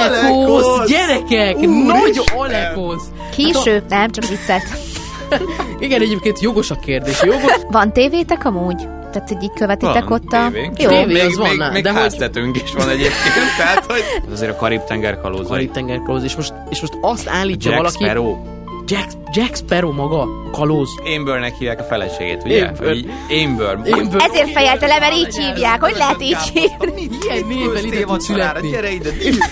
Alekósz, gyerekek! Nagy Alekósz! Késő, nem, csak viccet. Igen, egyébként jogos a kérdés. Jogos. Van tévétek amúgy? Tehát, hogy így követitek ott a... Jó, még háztetőnk is van egyébként, tehát, hogy... Azért a Karib-tenger kalózai. Karib-tenger-kalóz, és most azt állítja Jack valaki... Sparrow. Jack Sparrow maga, a kalóz. Ambernek hívják a feleségét, ugye? Amber. Ezért fejelte le, mert így hívják. Hogy lehet így hívni? Ilyen névvel ide tud születni. Gyere ide.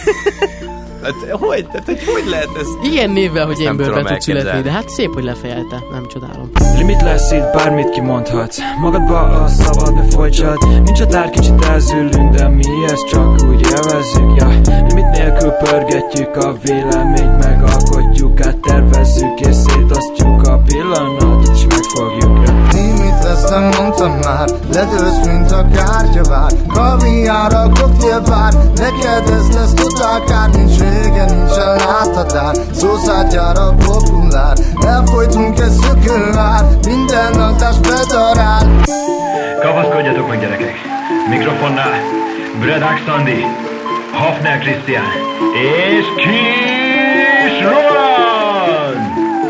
Hogy lehet ez? Ilyen névvel, hogy Amberben tud születni, de hát szép, hogy lefejelte. Nem csodálom. Limit lesz itt, bármit kimondhatsz. Magadba a szabad, ne folytsad. Nincs határ, kicsit elzülünk, de mi ezt csak úgy élvezzük, ja. Limit nélkül pörgetjük a véleményt, megalkotjuk, áttervezzük és szétosztjuk a pillanatot, és megfogjuk, ja. Limit lesz, nem mondtam már. Ledőlsz, mint a kártyavár. Kaviár, a koktélvár. Neked ez lesz totál kár, nincs régen, nincsen láthatár. Szószátjára populár. Elfolytunk egy szökővár. Minden adás bedarál. Kapaszkodjatok meg, gyerekek! Mikrofonnál Bredák Szandi, Hafner Krisztián és Kis Roland!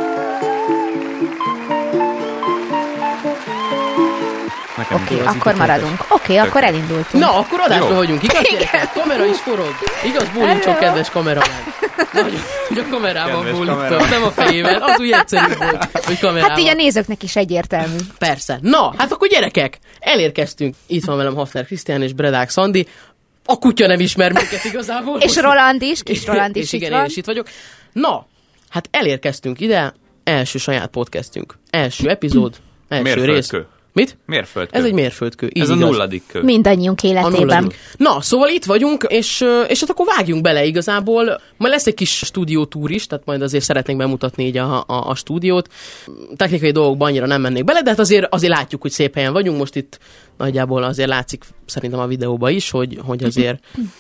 Oké, akkor maradunk. Oké, akkor elindultunk. Na, akkor adásra vagyunk, igaz? Kamera is forog. Igaz, bólincsok, kedves kameramán. Hogy a kamerával bólintok, nem a fejével. Az úgy egyszerű volt, hogy kamerával. Hát így a nézőknek is egyértelmű. Persze. Na, hát akkor gyerekek, elérkeztünk. Itt van velem Hafner Krisztián és Bredák Szandi. A kutya nem ismer minket igazából. És Roland is, Kis Roland is és itt igen, van. én is itt vagyok. Na, hát elérkeztünk ide. Első saját podcastünk. Első epizód, első rész. Mit? Mérföldkő. Ez egy mérföldkő. Ez a nulladik kő. Mindannyiunk életében. Na, szóval itt vagyunk, és hát akkor vágjunk bele igazából. Majd lesz egy kis stúdiótúr is, tehát majd azért szeretnénk bemutatni így a stúdiót. Technikai dolgokban annyira nem mennék bele, de hát azért látjuk, hogy szép helyen vagyunk. Most itt nagyjából azért látszik szerintem a videóban is, hogy azért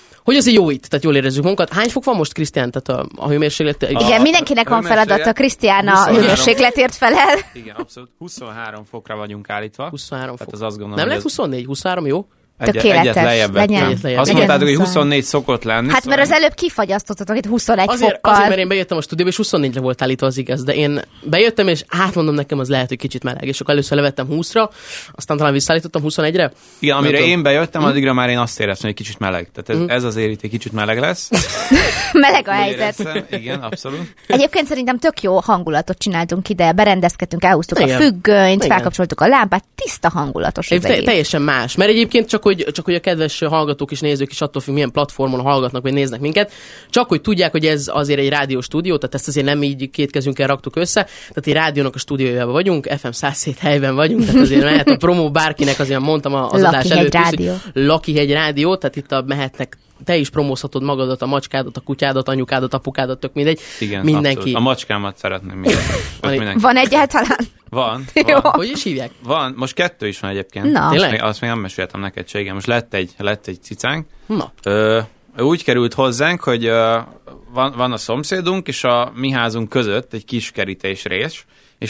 jó itt, tehát jól érezzük magunkat. Hány fok van most, Krisztián? Tehát a hőmérséklet? Igen, mindenkinek van feladata. Krisztián a hőmérsékletért felel. Igen, abszolút. 23 fokra vagyunk állítva. 23 fok. Hát az azt gondolom, nem lehet 24, 23, jó? Tökéletes. Legyen. Azt mondtátok, hogy 24 szokott lenni. Hát mert az előbb kifagyasztottatok itt 21 azért, fokkal. Azért, mert én bejöttem a stúdióba, és 24-re volt állítva, az igaz, de én bejöttem, és átmondom nekem, az lehet, hogy kicsit meleg. És akkor először levettem 20-ra, aztán talán visszaállítottam 21-re. Igen, amire én bejöttem, addigra már én azt éreztem, hogy kicsit meleg. Tehát ez azért itt egy kicsit meleg lesz. Meleg a helyzet. Igen, abszolút. Egyébként szerintem tök jó hangulatot csináltunk ide, berendezkedtünk, elhúztuk a függönyt, felkapcsoltuk a lámpát, tiszta hangulatos az egész. Teljesen más, mert egyébként csak hogy a kedves hallgatók és nézők is attól függ, milyen platformon hallgatnak vagy néznek minket, csak hogy tudják, hogy ez azért egy rádióstúdió, tehát ezt azért nem így két kezünkkel raktuk össze, tehát egy rádiónak a stúdiójában vagyunk, FM 107 helyben vagyunk, tehát azért mehet a promó bárkinek, azért mondtam az adás előtt is, Lakihegy Rádió, tehát itt mehetnek, te is promózhatod magadat, a macskádat, a kutyádat, anyukádat, apukádat, tök mindegy. Igen, mindenki. Abszolút. A macskámat szeretném mindenki. Van egyáltalán? Van. Hogy is hívják? Van, most 2 is van egyébként. Na. Azt még nem meséltem neked, se igen. Most lett egy cicánk. Na. Úgy került hozzánk, hogy van a szomszédunk, és a mi házunk között egy kis kerítésrés, és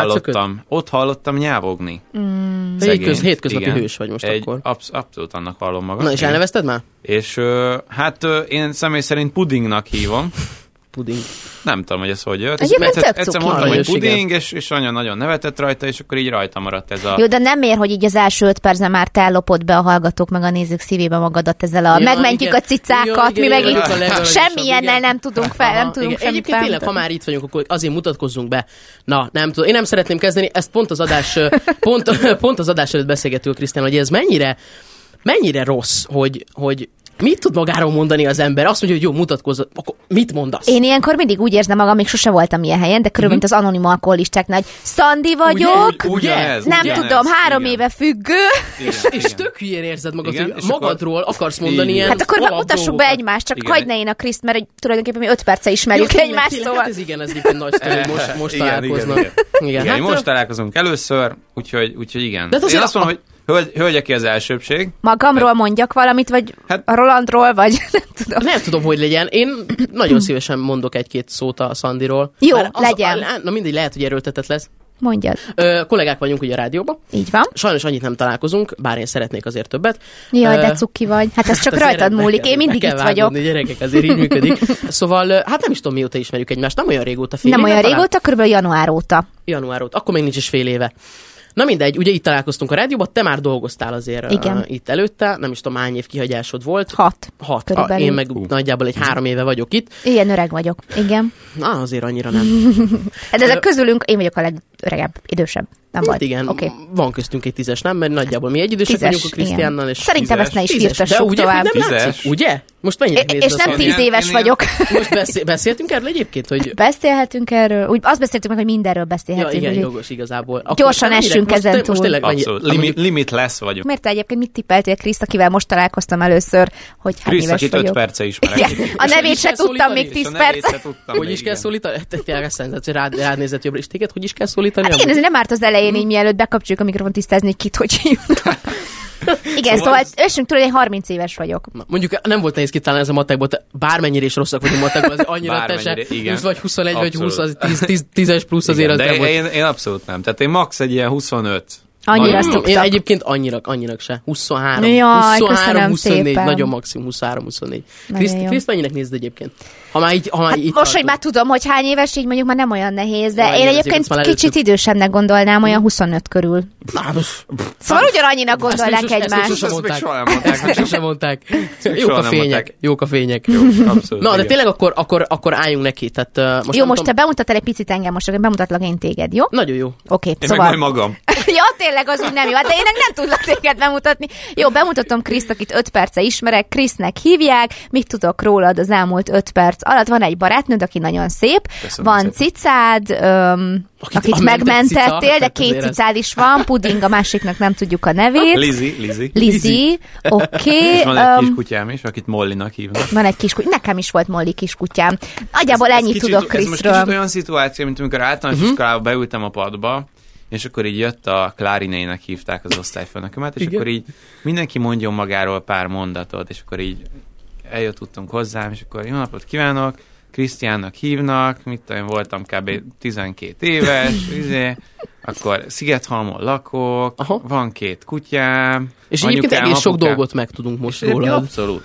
ott hallottam nyávogni. Hétköznapi hős vagy most akkor. Abszolút annak hallom magam. Na, és elnevezted már? És hát én személy szerint pudingnak hívom. Puding. Nem tudom, hogy ez hogy jött. Egyszer mondtam, hogy puding, és anya nagyon nevetett rajta, és akkor így rajta maradt ez a... Jó, de nem ér, hogy így az első 5 percben már te ellopod be a hallgatók meg a nézők szívébe magadat ezzel a megmentjük a cicákat, mi meg itt semmilyennel nem tudunk fel, nem tudunk semmit. Egyébként tényleg, ha már itt vagyunk, akkor azért mutatkozzunk be. Na, nem tudom, én nem szeretném kezdeni, ezt pont az adás, pont az adás előtt beszélgetünk, Krisztián, hogy ez mennyire rossz, hogy mit tud magáról mondani az ember? Azt mondja, hogy jó, mutatkozzon. Akkor mit mondasz? Én ilyenkor mindig úgy érzem magam, még sose voltam ilyen helyen, de körülbelül mint az anonim alkoholistáknál, hogy Szandi vagyok, nem tudom, 3 éve függő. És tök hülyén érzed magad, hogy magadról akarsz mondani ilyen. Hát akkor mutassuk be egymást, csak hagyd ne én a Kriszt, mert tulajdonképpen mi 5 perce ismerjük egymást, szóval. Hát ez igen, ez egy nagy sztori, most találkoznak. Igen, most találkozunk először, úgyhogy igen. Én azt mondom, hogy hölgyeké az elsőbség. Magamról mondjak valamit, vagy a Rolandról, vagy nem tudom. Nem tudom, hogy legyen. Én nagyon szívesen mondok 1-2 szót a Szandiról. Jó, legyen. Na mindegy, lehet, hogy erőltetett lesz. Mondjad. Kollégák vagyunk ugye a rádióban. Így van. Sajnos annyit nem találkozunk, bár én szeretnék azért többet. Jaj, de cuki vagy. Hát ez csak rajtad múlik, én mindig itt vagyok. Gyerekek, azért így működik. Szóval, hát nem is tudom, mióta ismerjük egymást, nem olyan régóta, fél nem olyan régóta, körülbelül január óta. Január óta, akkor még nincs is fél éve. Na mindegy, ugye itt találkoztunk a rádióban, te már dolgoztál azért itt előtte, nem is tudom, hány év kihagyásod volt. 6. Én meg nagyjából egy 3 éve vagyok itt. Ilyen öreg vagyok, igen. Na, azért annyira nem. De ezek közülünk én vagyok a legöregebb, idősebb. Nem hát igen, van köztünk egy 10-es, nem? Mert nagyjából mi egy idősek vagyunk a Krisztiánnal. És szerintem ezt ne is firtassuk tovább. Ugye? Most mennyire és nem 10 éves vagyok. Most beszéltünk erről egyébként? Hogy... Beszélhetünk erről. Úgy azt beszéltük meg, hogy mindenről beszélhetünk. Ja, igen, jogos igazából. Akkor gyorsan essünk ezen túl. Abszolút. Limitless vagyok. Miért te egyébként mit tippeltél Kriszt, akivel most találkoztam először, hogy hány éves vagyok? 5 perce ismerek. A nevét se tudtam még 10 perc. Hogy is kell szólítani? Tényleg ezt szerint, hogy rád nézett jobbra is téged, hogy is kell szólítani? Hát igen, ez nem árt az elején, így mielőtt bekapcsoljuk a mikrofont, tisztázni, hogy kit hogy hívnak. Igen, szóval ősünk túl, hogy 30 éves vagyok. Mondjuk nem volt nehéz kitalálni ez a matekból, mennyire is rosszak vagyunk matekból, azért annyira te se. 20 vagy 21 vagy 20, az 10-es plusz azért az nem volt. Én abszolút nem. Tehát én max egy ilyen 25. Annyira azt tudtak. Én egyébként annyinak se. 23. Jaj, 23-24. Szépen. Nagyon maximum 23-24. Kriszt mennyinek nézd egyébként? Ha már így most, hogy már tudom, hogy hány éves, így mondjuk már nem olyan nehéz, de én egyébként kicsit idősebbnek gondolnám, olyan 25 körül. Szóval ugyanannyinak gondolnák egymást. Ezt sosem mondták. Jók a fények. Na, de tényleg akkor álljunk neki. Jó, most te bemutattál egy picit engem, most bemutatlak én téged, jó? Nagyon jó. Oké, szóval... Én meg magam. Ja, tényleg az úgy nem jó, de én nem tudlak téged bemutatni. Jó, bemutatom Kriszt, akit 5 perce ismerek, Krisznek hívják, mit tudok rólad az elmúlt 5 perc alatt. Van egy barátnőd, aki nagyon szép, köszönöm, van cicád, akit megmentettél, de 2 cicád is van, Puding, a másiknak nem tudjuk a nevét. Lizzy, oké. És van egy kiskutyám is, akit Mollinak hívnak. Van egy kiskutyám, nekem is volt Molly kiskutyám. Nagyjából ennyit tudok Krisztről. Ez most kicsit olyan szituáció, mint amikor általános iskolába beültem a padba, és akkor így jött a Klárinének hívták az osztályfőnökömet, és akkor így mindenki mondjon magáról pár mondatot, és akkor így eljutottunk hozzám, és akkor jó napot kívánok, Krisztiánnak hívnak, mit tudom, voltam kb. 12 éves, akkor Szigethalmon lakok, van 2 kutyám. És egyébként egész sok dolgot megtudunk most róla. Abszolút.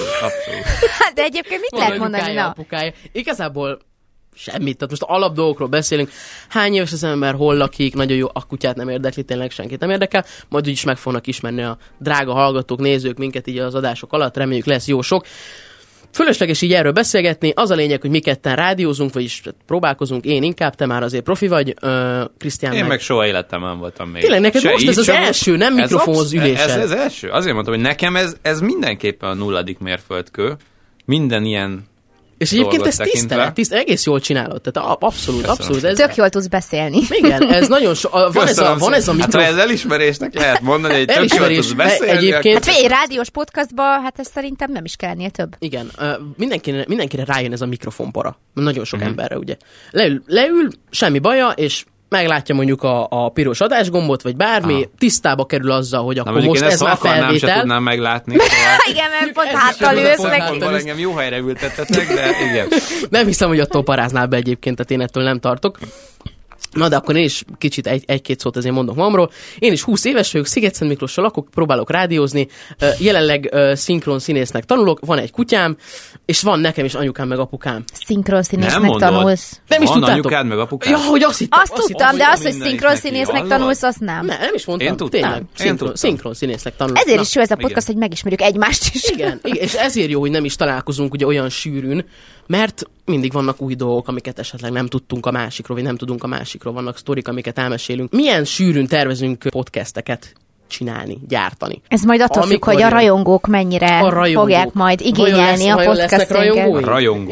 De egyébként mit lehet mondani? Apukája. Igazából semmit. Tehát most alapdolgokról beszélünk. Hány éves az ember, hol lakik, nagyon jó, a kutyát nem érdekli, tényleg senkit nem érdekel. Majd úgyis meg fognak ismerni a drága hallgatók, nézők minket így az adások alatt, reméljük lesz jó sok. Fölösleges így erről beszélgetni, az a lényeg, hogy mi ketten rádiózunk, vagyis próbálkozunk, én inkább, te már azért profi vagy, Krisztián én meg soha életemben nem voltam még. Tényleg, neked most ez az első, nem mikrofonhoz üléssel. Ez első. Azért mondtam, hogy nekem ez mindenképpen a 0. mérföldkő. Minden ilyen. És egyébként ez tisztelet, egész jól csinálod. Tehát abszolút. Ez tök jól tudsz beszélni. Igen, ez nagyon van ez a mikrofon. Hát ez elismerésnek lehet mondani, hogy tök jól tudsz beszélni. Egyébként... Hát rádiós podcastban, hát ez szerintem nem is kell ennél több. Igen, mindenkire rájön ez a mikrofonpara. Nagyon sok emberre, ugye. Leül, semmi baja, és meglátja mondjuk a piros adásgombot, vagy bármi, tisztába kerül azzal, hogy akkor most ez már felvétel. Nem se tudnám meglátni. Igen, mert pont háttal ülsz meg. Engem jó helyre ültettetek, de igen. Nem hiszem, hogy attól paráznál be egyébként, tehát én ettől nem tartok. Na, de akkor én is kicsit egy-két szót ezért mondok magamról. Én is 20 éves vagyok, Sziget-Szent Miklósra lakok, próbálok rádiózni. Jelenleg szinkron színésznek tanulok, van egy kutyám, és van nekem is anyukám meg apukám. Szinkron színésznek tanulsz? Nem is van tudtátok? Anyukád meg apukád? Ja, hogy azt tudtam, de azt, hogy szinkron színésznek tanulsz, azt nem. Nem is mondtam. Én tudtam. Tényleg, szinkron színésznek tanulok. Ezért is jó ez a podcast, hogy megismerjük egymást is. Igen, és ezért jó, hogy nem is találkozunk ugye olyan sűrűn, mert mindig vannak új dolgok, amiket esetleg nem tudtunk a másikról, vagy nem tudunk a másikról, vannak sztorik, amiket elmesélünk. Milyen sűrűn tervezünk podcasteket csinálni, gyártani? Ez majd attól függ, hogy a rajongók mennyire fogják majd igényelni a podcastinket. Rajongók.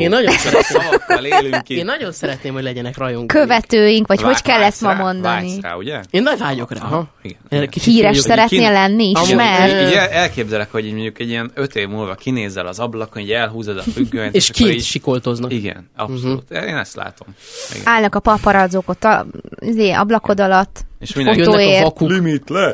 Én nagyon szeretném, hogy legyenek rajongók. Követőink, vagy hogy kell ezt ma mondani? Vágysz rá, ugye? Én nagy vágyok rá. Híres szeretnél lenni, ismer? Elképzelek, hogy mondjuk egy ilyen 5 év múlva kinézel az ablakon, hogy elhúzod a függönyt. És kint sikoltoznak. Igen, abszolút. Én ezt látom. Állnak a paparazzók ott ablakod alatt. És mindenki jönnek a vakuk. Limitless.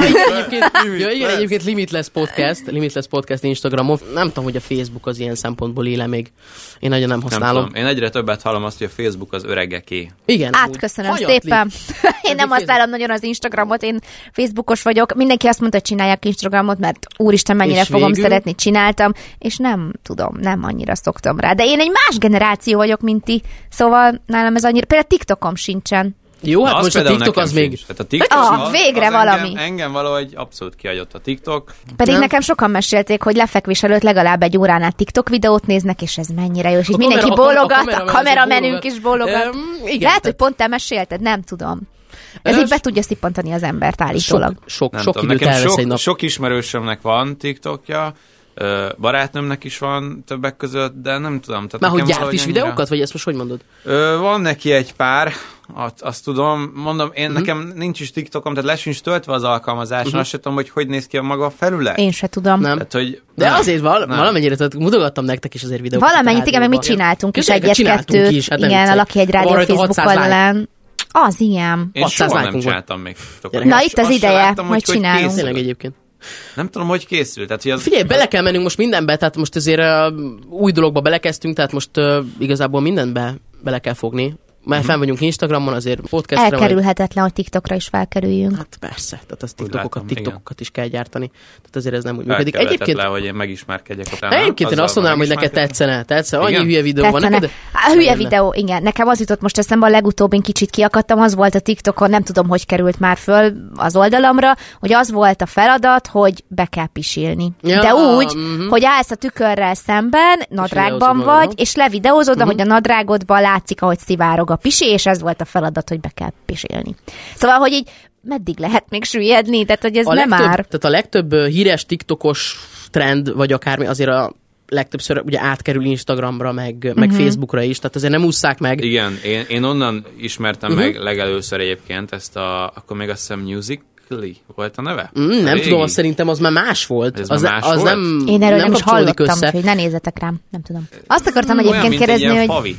Igen, egyébként Limitless Podcast Instagramon. Nem tudom, hogy a Facebook az ilyen szempontból éle még. Én nagyon nem használom. Nem tudom. Én egyre többet hallom azt, hogy a Facebook az öregeké. Igen. Köszönöm szépen. Én nem használom nagyon az Instagramot, én Facebookos vagyok. Mindenki azt mondta, hogy csinálják Instagramot, mert úristen, mennyire fogom szeretni, csináltam, és nem tudom, nem annyira szoktam rá. De én egy más generáció vagyok, mint ti, szóval nálam ez annyira, például TikTokom sincsen. Jó, hát most a TikTok az még... Hát a TikTok végre az valami. Engem valahogy abszolút kihagyott a TikTok. Pedig nekem sokan mesélték, hogy lefekvés előtt legalább egy órán át TikTok videót néznek, és ez mennyire jó. És itt mindenki bólogat, a kameramenünk is bólogat. Lehet, hogy pont te mesélted, nem tudom. Ez így be tudja szippantani az embert állítólag. Sok időt elvesz egy nap. Sok ismerősömnek van TikTokja, barátnőmnek is van többek között, de nem tudom. Már hogy gyárt is videókat, vagy ezt most hogy mondod? Van neki egy pár, azt tudom, mondom, nekem nincs is TikTokom, tehát le sincs töltve az alkalmazás, azt sem tudom, hogy néz ki a maga a felület. Én se tudom. Nem. Tehát, hogy de azért valamennyire, tehát mutogattam nektek is azért videókat. Valamennyit, igen, meg mit csináltunk is, egyet-kettőt. Igen, a Laki egy rádió Facebook oldalán. Az igen. Én soha nem csináltam még TikTokot. Na itt az ideje, majd csinálunk. Tényleg egyébként. Nem tudom, hogy készült. Tehát, hogy figyelj, bele kell mennünk most mindenbe, tehát most azért új dologba belekezdtünk, tehát most igazából mindenbe bele kell fogni. Mert fenn vagyunk Instagramon, azért podcastra. Elkerülhetetlen, hogy TikTokra is felkerüljünk. Hát persze, tehát az TikTokokat is kell gyártani. Tehát azért ez nem úgy működik. Egyébként hogy én megismerkedjek utána. Egyébként én azt mondanám, hogy neked tetszene. Annyi hülye videó van neked. Hülye videó, igen. Nekem az jutott most eszembe, a legutóbb én kicsit kiakadtam, az volt a TikTokon, nem tudom, hogy került már föl az oldalamra, hogy az volt a feladat, hogy be kell pisilni. Ja, de úgy, hogy állsz a tükörrel szemben, nadrágban vagy, és levideózod, hogy a nadrágodban látszik, ahogy szivárog a pisi, és ez volt a feladat, hogy be kell pisilni. Szóval, hogy így meddig lehet még süllyedni, tehát hogy ez nem már. Tehát a legtöbb híres TikTokos trend, vagy akármi, azért a legtöbbször ugye átkerül Instagramra, meg Facebookra is, tehát azért nem ússzák meg. Igen, én onnan ismertem meg legelőször egyébként ezt akkor még azt hiszem Musical.ly volt a neve? Nem tudom, szerintem az már más volt. Az más volt? Nem, én erről nem is hallottam, hogy ne nézzetek rám, nem tudom. Azt akartam egyébként kérdezni, hogy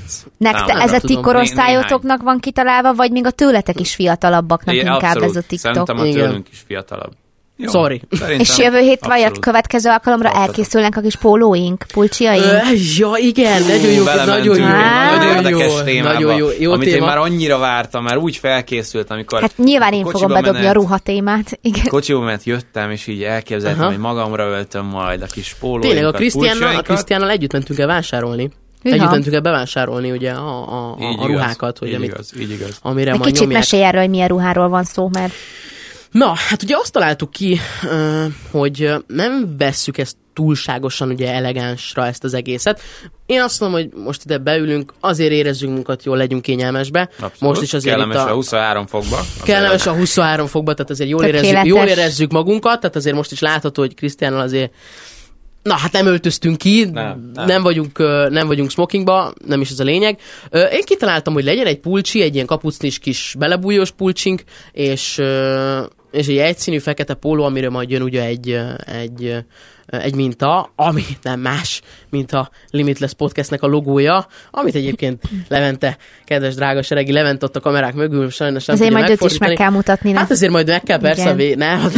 ez a ti korosztályotoknak van kitalálva, vagy még a tőletek is fiatalabbaknak inkább ez a TikTok? Szerintem a tőlünk is fiatalabb. Jó, sorry. És jövő hét vagy a következő alkalomra elkészülnek a kis pólóink, pulcsiaink? Ja, igen, nagyon jó. Érdekes témába, amit én már annyira vártam, már úgy felkészült, amikor... Hát nyilván én fogom bedobni a ruha témát. Kocsiba menet jöttem, és így elképzeltem, hogy magamra öltöm majd a kis pólóinkat. Tényleg, a Krisztiánnal együtt mentünk el vásárolni. Együtt mentünk el bevásárolni ugye a ruhákat, hogy így igaz. Amire majd kicsit mesélj erről, hogy milyen ruháról van szó, mert... Na, hát ugye azt találtuk ki, hogy nem vesszük ezt túlságosan ugye elegánsra ezt az egészet. Én azt mondom, hogy most ide beülünk, azért érezzünk munkat, jól legyünk kényelmesbe. Abszolút. Most is azért kellemes a 23 fokba. Kellemes a 23 fokba, tehát azért jól érezzük magunkat, tehát azért most is látható, hogy Krisztiánnal azért hát nem öltöztünk ki, nem vagyunk smokingba, nem is ez a lényeg. Én kitaláltam, hogy legyen egy pulcsi, egy ilyen kapucnis kis belebújós pulcsink, és egy egyszínű fekete póló, amiről majd jön ugye egy minta, ami nem más, mint a Limitless Podcastnek a logója, amit egyébként Levente, kedves drága seregi Levente ott a kamerák mögül sajnos nem tudja megfordítani. Azért majd őt is meg kell mutatni. Hát azért majd meg kell persze. Nem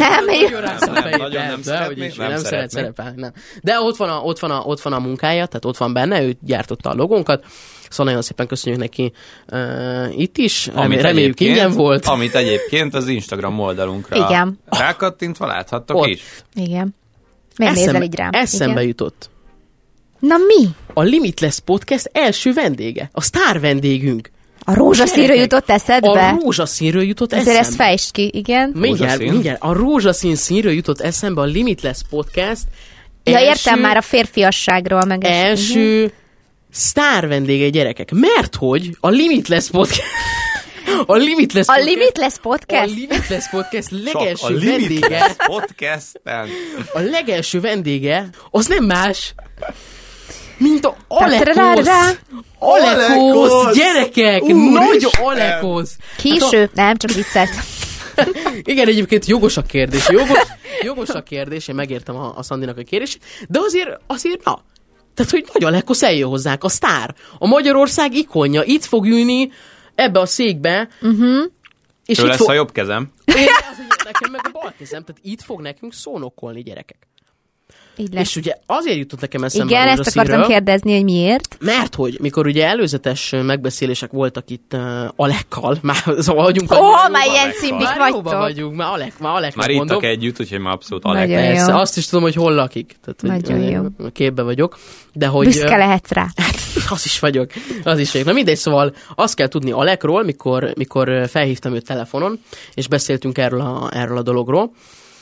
szeret szerepelni. De ott van a munkája, tehát ott van benne, ő gyártotta a logónkat. Szóval nagyon szépen köszönjük neki itt is. Reméljük ingyen volt. Amit egyébként az Instagram oldalunkra rákattintva láthattok is. Igen. Megnézel így rám. Eszembe jutott. Na mi? A Limitless Podcast első vendége. A sztár vendégünk. A rózsaszínről jutott eszedbe? A rózsaszínről jutott eszembe. Ezért ezt fejtsd ki, igen. Mindjárt. A rózsaszín színről jutott eszembe a Limitless Podcast. Értem már a férfiasságról. Meg első sztár vendége, gyerekek. Mert hogy a Limitless Podcast... A Limitless Podcast legelső vendége... A legelső vendége az nem más, mint a Alekosz, gyerekek! Nagy Alekosz! Késő? Nem, csak viccelt. Igen, egyébként jogos a kérdés, én megértem a Szandinak a kérését, de azért na, tehát, hogy Nagy Alekosz eljön hozzánk, a sztár, a Magyarország ikonja, itt fog ülni ebbe a székbe, És ő lesz a jobb kezem. Nekem meg a bal kezem, tehát itt fog nekünk szónokolni, gyerekek. Így lesz. És ugye azért jutott nekem eszembe Igen, a ezt rózsaszínről, akartam kérdezni, hogy miért. mert hogy mikor ugye előzetes megbeszélések voltak itt Alekkal, már szóval vagyunk. Már ilyen cimbik Már jóban vagytok. vagyunk, már Aleknak Már mondom. ittak együtt, úgyhogy már abszolút Alek. Nagyon jó. Persze, azt is tudom, hogy hol lakik. Tehát, Nagyon jó. Képbe vagyok. De hogy... Büszke lehetsz rá. Az is vagyok. Na mindegy, szóval azt kell tudni Alekról, mikor felhívtam őt telefonon, és beszéltünk erről a dologról,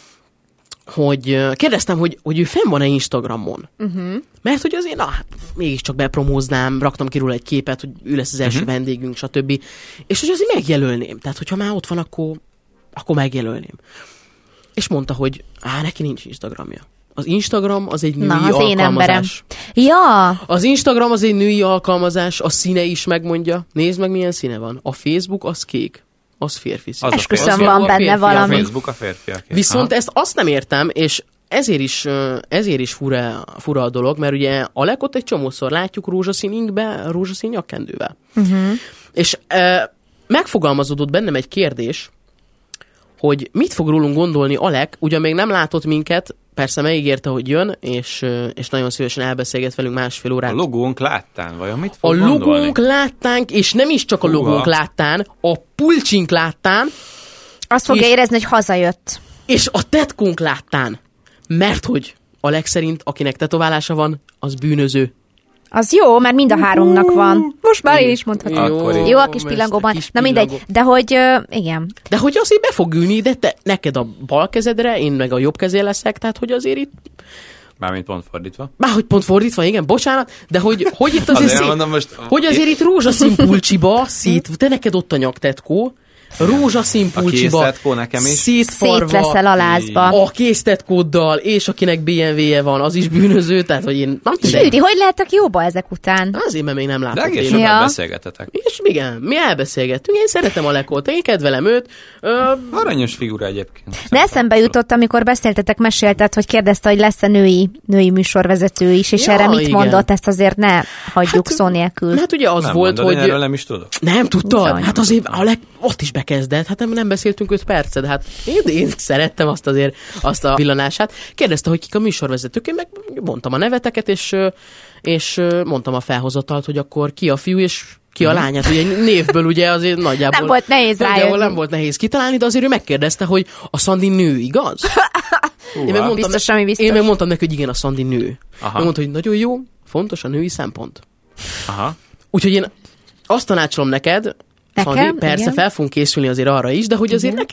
hogy kérdeztem, hogy ő fenn van-e Instagramon. Mert hogy azért, mégiscsak bepromóznám, raktam ki róla egy képet, hogy ő lesz az első vendégünk, stb. És hogy azért megjelölném. Tehát, hogyha már ott van, akkor megjelölném. És mondta, hogy neki nincs Instagramja. Az Instagram az egy női az én emberem. alkalmazás. Ja, Az Instagram az egy női alkalmazás, a színe is megmondja. Nézd meg, milyen színe van. A Facebook az kék. Az férfi szín. esküszöm, van benne A valami. Facebook a férfiak. Viszont ezt azt nem értem, és ezért is fura a dolog, mert ugye Alekot egy csomószor látjuk rózsaszín inkbe, rózsaszín nyakkendővel. És megfogalmazódott bennem egy kérdés, hogy mit fog rólunk gondolni Alek, ugyan még nem látott minket, persze megígérte, hogy jön, és nagyon szívesen elbeszélget velünk másfél órát. A logónk láttán, vajon mit A fog gondolni? logónk láttánk, és nem is csak a logónk láttán, a pulcsink láttán, Azt fogja És- érezni, hogy hazajött. és a tetkónk láttán. Mert hogy Alek szerint, akinek tetoválása van, az bűnöző. Az jó, mert mind a háromnak van. Most már én is mondhatom. Akkor így. Jó a kis pillangóban. Na mindegy, de hogy igen. De hogy azért be fog ülni, de neked a bal kezedre, én meg a jobb kezé leszek, tehát hogy azért itt, Mármint pont fordítva. hogy pont fordítva, igen, bocsánat, de hogy itt azért mondom most... hogy azért itt rózsaszín pulcsiba de neked ott a nyaktetkó, rózsaszín A pulcsiba, késztetkó nekem is. Szét szétfarva, leszel a lázba. a késztetkóddal, és akinek BMW-je van, az is bűnöző, tehát hogy én nem Sűri, hogy lehetek jóba ezek után? azért, mert még nem De látok egész én. sokat Ja. beszélgetetek. És igen, mi elbeszélgettünk, én szeretem a Lekót, én kedvelem őt, Aranyos figura egyébként. De eszembe jutott, amikor beszéltetek, mesélted, hogy kérdezte, hogy lesz-e női műsorvezető is, és Ja, erre mit igen. mondott, ezt azért ne hagyjuk szó nélkül. hát ugye az Nem volt, mondod, én hogy... erről nem is tudok. Nem tudtad? Bizony. Hát azért ott is bekezdett, hát nem beszéltünk 5 percet, hát én szerettem azt a villanását. Kérdezte, hogy kik a műsorvezetők, én meg mondtam a neveteket, és mondtam a felhozatalt, hogy akkor ki a fiú, és ki a lány. Hát ugye névből ugye azért nagyjából... Nem volt nehéz rájönni. Nem volt nehéz kitalálni, de azért ő megkérdezte, hogy a Szandi nő, igaz? Én meg mondtam Biztos, ami biztos. Én meg mondtam neki, hogy igen, a Szandi nő. Aha. Ő mondta, hogy nagyon jó, fontos a női szempont. Aha. Úgyhogy én azt tanácsolom neked, Nekem? Szandi, persze Igen. fel fogunk készülni azért arra is, de hogy azért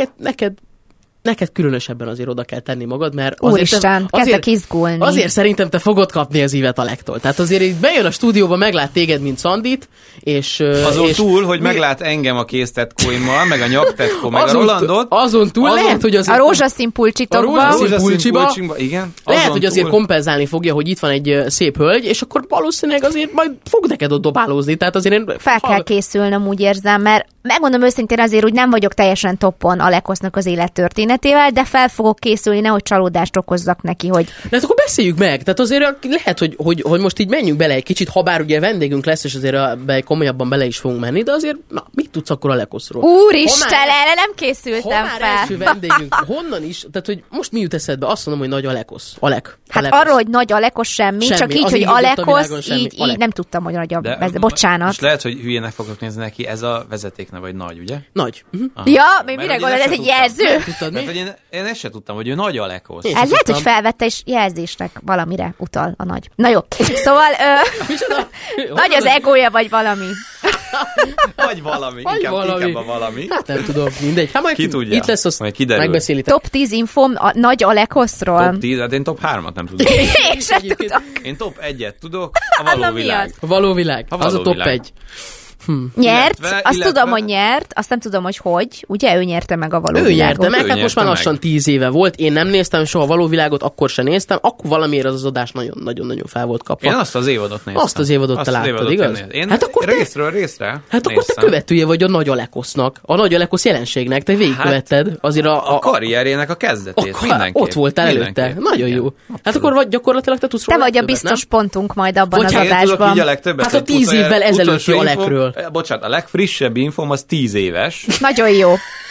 neked különösebben azért oda kell tenni magad, mert Úristen, kezdek izgulni. Azért szerintem te fogod kapni az ívet Alektól. Tehát azért így bejön a stúdióba, meglát téged, mint Szandit, és... Azon és túl, hogy meglát engem a kéztetkóimmal, meg a nyaktetkó, meg a Rolandot. Azon túl lehet, hogy azért... A rózsaszín pulcsitokban. rózsaszín pulcsiba. Igen. Lehet, azon hogy azért túl- kompenzálni fogja, hogy itt van egy szép hölgy, és akkor valószínűleg azért majd fog neked ott dobálózni. Tehát azért én... Fel kell készülnöm, úgy érzem, mert megmondom őszintén azért, hogy nem vagyok teljesen toppon Alekosznak az élettörténetével, de fel fogok készülni, nehogy csalódást okozzak neki, hogy De hát akkor beszéljük meg. Tehát azért lehet, hogy most így menjünk bele egy kicsit, ha bár ugye vendégünk lesz, és azért komolyabban bele is fogunk menni, de azért mit tudsz akkor Alekoszról? úristen, Ha már- erre nem Ha készültem már fel. első vendégünk, honnan is, tehát hogy most mi jut eszedbe? Azt mondom, hogy nagy Alekosz. Hát Alekosz. arról, hogy nagy Alekos semmi, Semmi. csak így, Az hogy így jutott a világon Alekosz, semmi. így Alek. nem tudtam, hogy nagy a De bocsánat. most lehet, hogy hülyének fogok nézni neki, ez a vezetékneve, vagy nagy, ugye? Nagy. Ja, még Mert mire ugye gondolod, ez ezt egy se jelző? Tudtad Mert mi? hogy én ezt se tudtam, hogy ő nagy Alekosz. Én- Ez lehet, hogy tudtam. felvette, és jelzésnek valamire utal a nagy. Na jó, szóval Micsoda? nagy az egója, vagy valami. Vagy valami, Vagy inkább a valami. Hát nem tudom, mindegy. Hát majd Ki tudja? itt lesz, azt Majd kiderül. megbeszélitek. Top 10 infom a nagy Alekoszról. Top 10, hát én top 3-at nem tudok. Én sem Egyébként- tudom. Én top 1-et tudok, a Na, való mi világ. az? A való világ. A Az a való top világ. 1. Nyert, azt illetve- tudom, hogy nyert, azt nem tudom, hogy, ugye ő nyerte meg a való Ő világot. nyerte meg, Ő hát most már nyerte lassan meg. 10 éve volt. Én nem néztem soha a való világot, akkor sem néztem. Akkor valamiért az adás nagyon-nagyon fel volt kapva. Én azt az évadot néztem. Azt az évadot te láttad, igaz? Én Hát akkor te- részről részre Hát akkor te néztem. követője vagy a nagy Alekosznak. A nagy Alekosz jelenségnek. Te végigkövetted. Azért A karrierjének a kezdetét, mindenképp. ott voltál előtte. Mindenképp. Nagyon jó. Igen, Hát akkor vagy gyakorlatilag te tudsz Te róla vagy a többet, biztos nem? pontunk majd abban Bocsánat, az Én tudok így a adásban. legtöbbet. Hát a hogy 10 évvel ezelőtti utolsó info- Alekről. Bocsánat, a legfrissebb infom az 10 éves. Nagyon jó.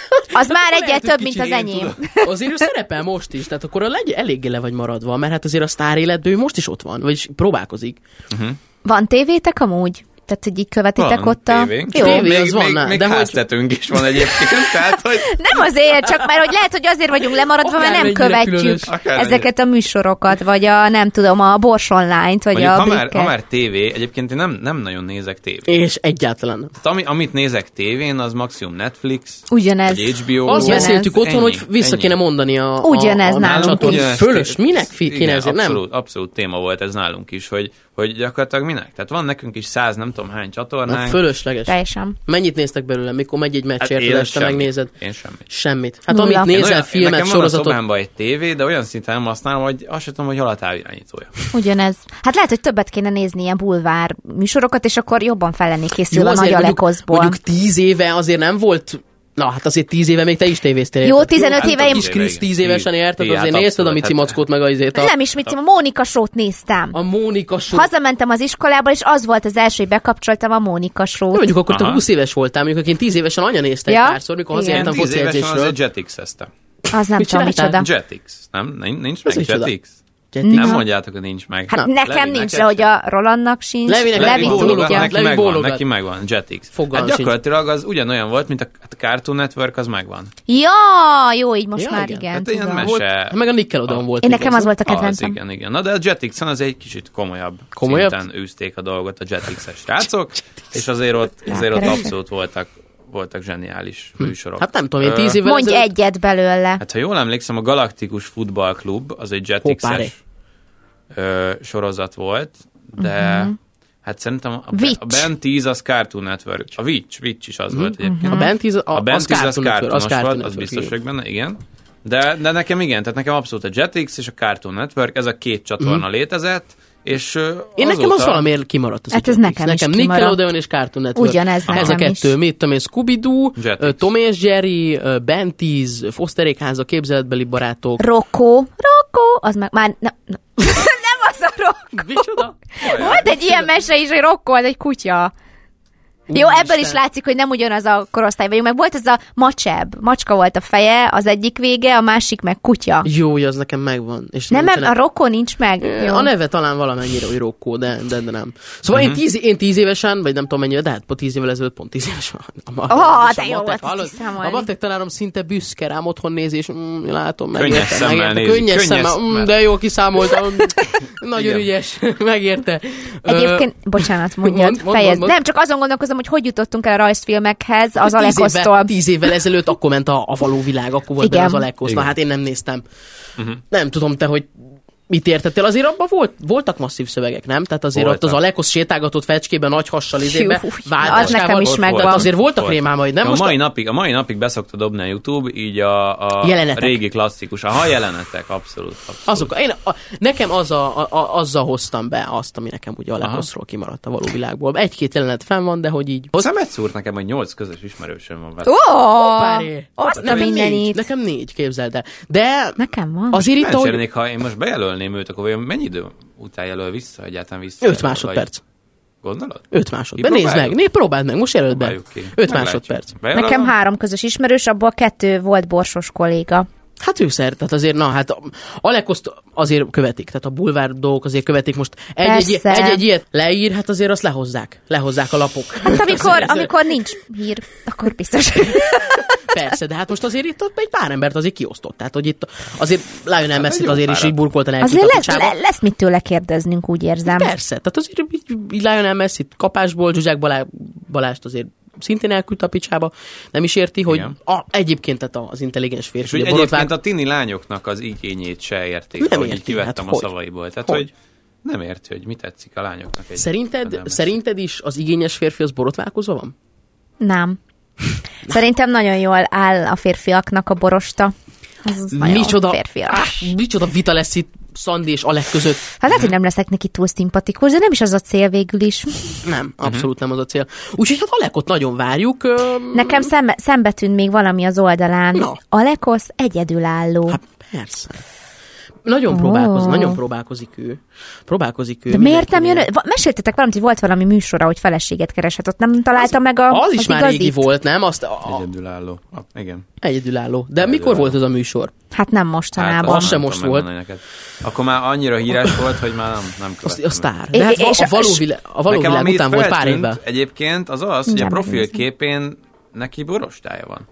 Az már egyel több, mint az Kicsi, én enyém. Azért ő szerepel most is, tehát akkor eléggé le vagy maradva, mert hát azért a sztár életben ő most is ott van, vagyis próbálkozik. Van tévétek amúgy? Tehát, hogy így követitek Van ott a... tévénk. Jó. Tévé az van, még de hogy- háztetőnk is van egyébként, tehát, hogy Nem azért, csak mert hogy lehet, hogy azért vagyunk lemaradva, mert nem Akármennyire követjük különös. Akármennyire. ezeket a műsorokat, vagy a nem tudom, a Bors Online-t, vagy mondjuk, a ha Blikket. már tévé, egyébként én nem nagyon nézek tévét. És egyáltalán nem. Tehát amit nézek tévén, az maximum Netflix, Ugyanez. vagy HBO. Azt Ugyanez. beszéltük otthon, hogy vissza ennyi. kéne mondani a Ugyanez a nálunk csatornát. is. Ugyanez. Fölös, minek Igen, kéne ezért? Nem? abszolút téma volt ez nálunk is, hogy gyakorlatilag minek? Tehát van nekünk is 100 nem tudom hány Na, csatornánk. fölösleges. Teljesen. Mennyit néztek belőle, mikor megy egy meccs, érted, én este semmit. megnézed? Én semmit. Semmit. Hát Nulla. amit nézel, filmet, nekem van a sorozatot, szobámban egy tévé, de olyan szinten nem használom, hogy azt sem tudom, hogy hol a távirányítója. Ugyanez. Hát lehet, hogy többet kéne nézni ilyen bulvár műsorokat, és akkor jobban fel lennék készülve a nagy mondjuk, Alekoszból. mondjuk 10 éve azért nem volt. Na, hát azért 10 éve még te is tévéztél. Jó, érted? 15 hát éve a én- kis Krisz 10 évesen érted, Igen, azért hát nézted a abszolút, Mici hát- Mackót, meg azért Nem is mit, a Mónika Show-t néztem. a Mónika Show. Hazamentem az iskolából, és az volt az első, hogy bekapcsoltam a Mónika Jó, Show-t. mondjuk akkor te Aha. 20 éves voltál, mondjuk én 10 évesen anya nézte egy Ja? párszor, mikor Igen. hazajártam 10 foci évesen az edzésről. egy Jetix-eztem. Az nem Mit tudom, csináltál? micsoda. Jetix. Nincs meg micsoda? Jetix? Jetix. Nem mondjátok, hogy nincs meg. Hát Na, nekem Levi, nincs, neked de hogy sem. a Rolandnak sincs. Levinek Levi Levi tudja. bólogat, neki Levi megvan, bólogat. neki megvan, Jetix. Fogalmam Hát sincs. gyakorlatilag az ugyanolyan volt, mint a Cartoon Network, az megvan. Ja, jó, így most Ja, már igen. igen. Hát ilyen tudom. mese. Meg a Nickelodeon volt. Én még nekem az. az volt a Az, kedvencem. igen. Na de a Jetixen az egy kicsit komolyabb Komolyabb? szinten űzték a dolgot a Jetix-es srácok, és azért ott abszolút voltak zseniális műsorok. Hát nem tudom, én 10 évvel Mondj ezelőtt- egyet belőle. Hát ha jól emlékszem, a Galaktikus Futballklub az egy Hoppá, Jetix-es sorozat volt, de hát szerintem a Witch. Ben 10 az Cartoon Network. A Witch is az volt egyébként. A Ben 10 A Ben 10 az Cartoon Network, Cartoonos volt, az Network, biztos igen. vagyok benne, igen. De nekem igen, tehát nekem abszolút a Jetix és a Cartoon Network, ez a két csatorna létezett, és Én nekem az valamiért kimaradt. Az Hát a ez Jetix. nekem is Nekem kimaradt. Nickelodeon és Cartoon Network. Ugyanez Ez a nekem kettő, is. mit tudom én, Scooby-Doo, Jetix. Tom és Jerry, Ben 10, Fosterék háza, képzeletbeli barátok. Rocco, az meg már... Nem az a Rocco. Micsoda? Volt egy ilyen mese is, hogy Rocco az egy kutya. Jó, Úristen. ebből is látszik, hogy nem ugyanaz a korosztály vagyunk, meg volt ez a macseb. Macska volt a feje, az egyik vége, a másik meg kutya. Jó, hogy az nekem megvan. És Nem, nincsenek- a Rocco nincs meg. Jó. A neve talán valamennyire, hogy Rocco, de nem. Szóval én 10 évesen, vagy nem tudom mennyire, de hát 10 évvel ezelőtt pont 10 éves. de jó volt ezt hallod? kiszámolni. A matek tanárom szinte büszke rám, otthon nézi, és látom, Könnyes megérte. szemmel nézi, Könnyes könnyes szemmel, szemmel. de jó kiszámoltam. Nagyon Igen. ügyes, megérte. Egyébként, bocsánat, mondjad, Mond. fejezd. Nem, csak azon gondolkozom, hogy jutottunk el a rajzfilmekhez az 10 Alekosztól. 10 évvel ezelőtt akkor ment a való világ, akkor volt Igen. benne az Alekosz. Na Igen. hát én nem néztem. Nem tudom te, hogy mit értettél? Azért abban voltak masszív szövegek, nem? Tehát azért Voltak. ott az Alekosz sétálgatott fecskében, nagy hassal izébe, Hű, vágásával. az nekem is megvan. Tehát azért voltak Volt. rémámaid, nem? A Most mai napig beszokta dobni a YouTube, így a Jelenetek. régi klasszikus. Aha, jelenetek, abszolút. azok, nekem azzal hoztam be azt, ami nekem ugye Alekoszról kimaradt a való világból. Egy-két jelenet fenn van, de hogy így... Szemet szúrt nekem, hogy 8 közös ismerősöm van vele. Hoppáré. azt a Nekem mindenit. nekem 4, képzeld el. De Nekem van. azért itt, Kíváncsi hogy lennék, ha én most bejelölném őt, akkor vajon mennyi idő után jelöl vissza, egyáltalán vissza? 5 másodperc. Gondolod? 5 másodperc. Nézd Kipróbáljuk? meg, próbáld meg, most jelöld be. Próbáljuk ki. 5 Meglátjuk. másodperc. Bejelölöm? Nekem 3 közös ismerős, abból 2 volt borsos kolléga. Hát ő tehát azért, na hát Alekoszt azért követik, tehát a bulvár dolgok azért követik most Persze. egy ilyet leír, hát azért azt lehozzák a lapok. Hát amikor nincs hír, akkor biztos. Persze, de hát most azért itt egy pár embert azért kiosztott, tehát hogy itt azért Lionel Messi jó azért is párat. így burkoltan Azért elküldte a lesz mit tőle kérdeznünk, úgy érzem. Persze, tehát azért így Lionel Messi kapásból, Zsuzsák Balást azért szintén elküldte a picsába, nem is érti, hogy Igen. egyébként tehát az intelligens És férfi. hogy ugye egyébként borotvál- a tini lányoknak az igényét se érték, Nem ahogy így érti, kivettem hát a hogy? szavaiból. Tehát, Hogy? hogy nem érti, hogy mi tetszik a lányoknak. egy Szerinted is az igényes férfi az borotválkozva van? Nem. Szerintem nagyon jól áll a férfiaknak a borosta. Az nagyon férfias. Micsoda vita lesz itt Szandi és Alek között. Hát lehet, hogy nem leszek neki túl szimpatikus, de nem is az a cél végül is. Nem, abszolút nem az a cél. Úgyhogy hát Alekot nagyon várjuk. Nekem szembe tűnt még valami az oldalán. Na. Alekosz egyedülálló. Hát persze. Nagyon próbálkozik ő. De miért nem jön? Meséltetek valamit, hogy volt valami műsora, hogy feleséget keresett, ott nem találta meg az is már régi volt, nem? Egyedülálló. Igen. Egyedülálló. De mikor volt az a műsor? Hát nem mostanában. Az sem most volt. Akkor már annyira híres volt, hogy már nem követtem. A sztár. De hát a való világ után volt pár évben. Egyébként az, hogy a profilképén neki borostája van.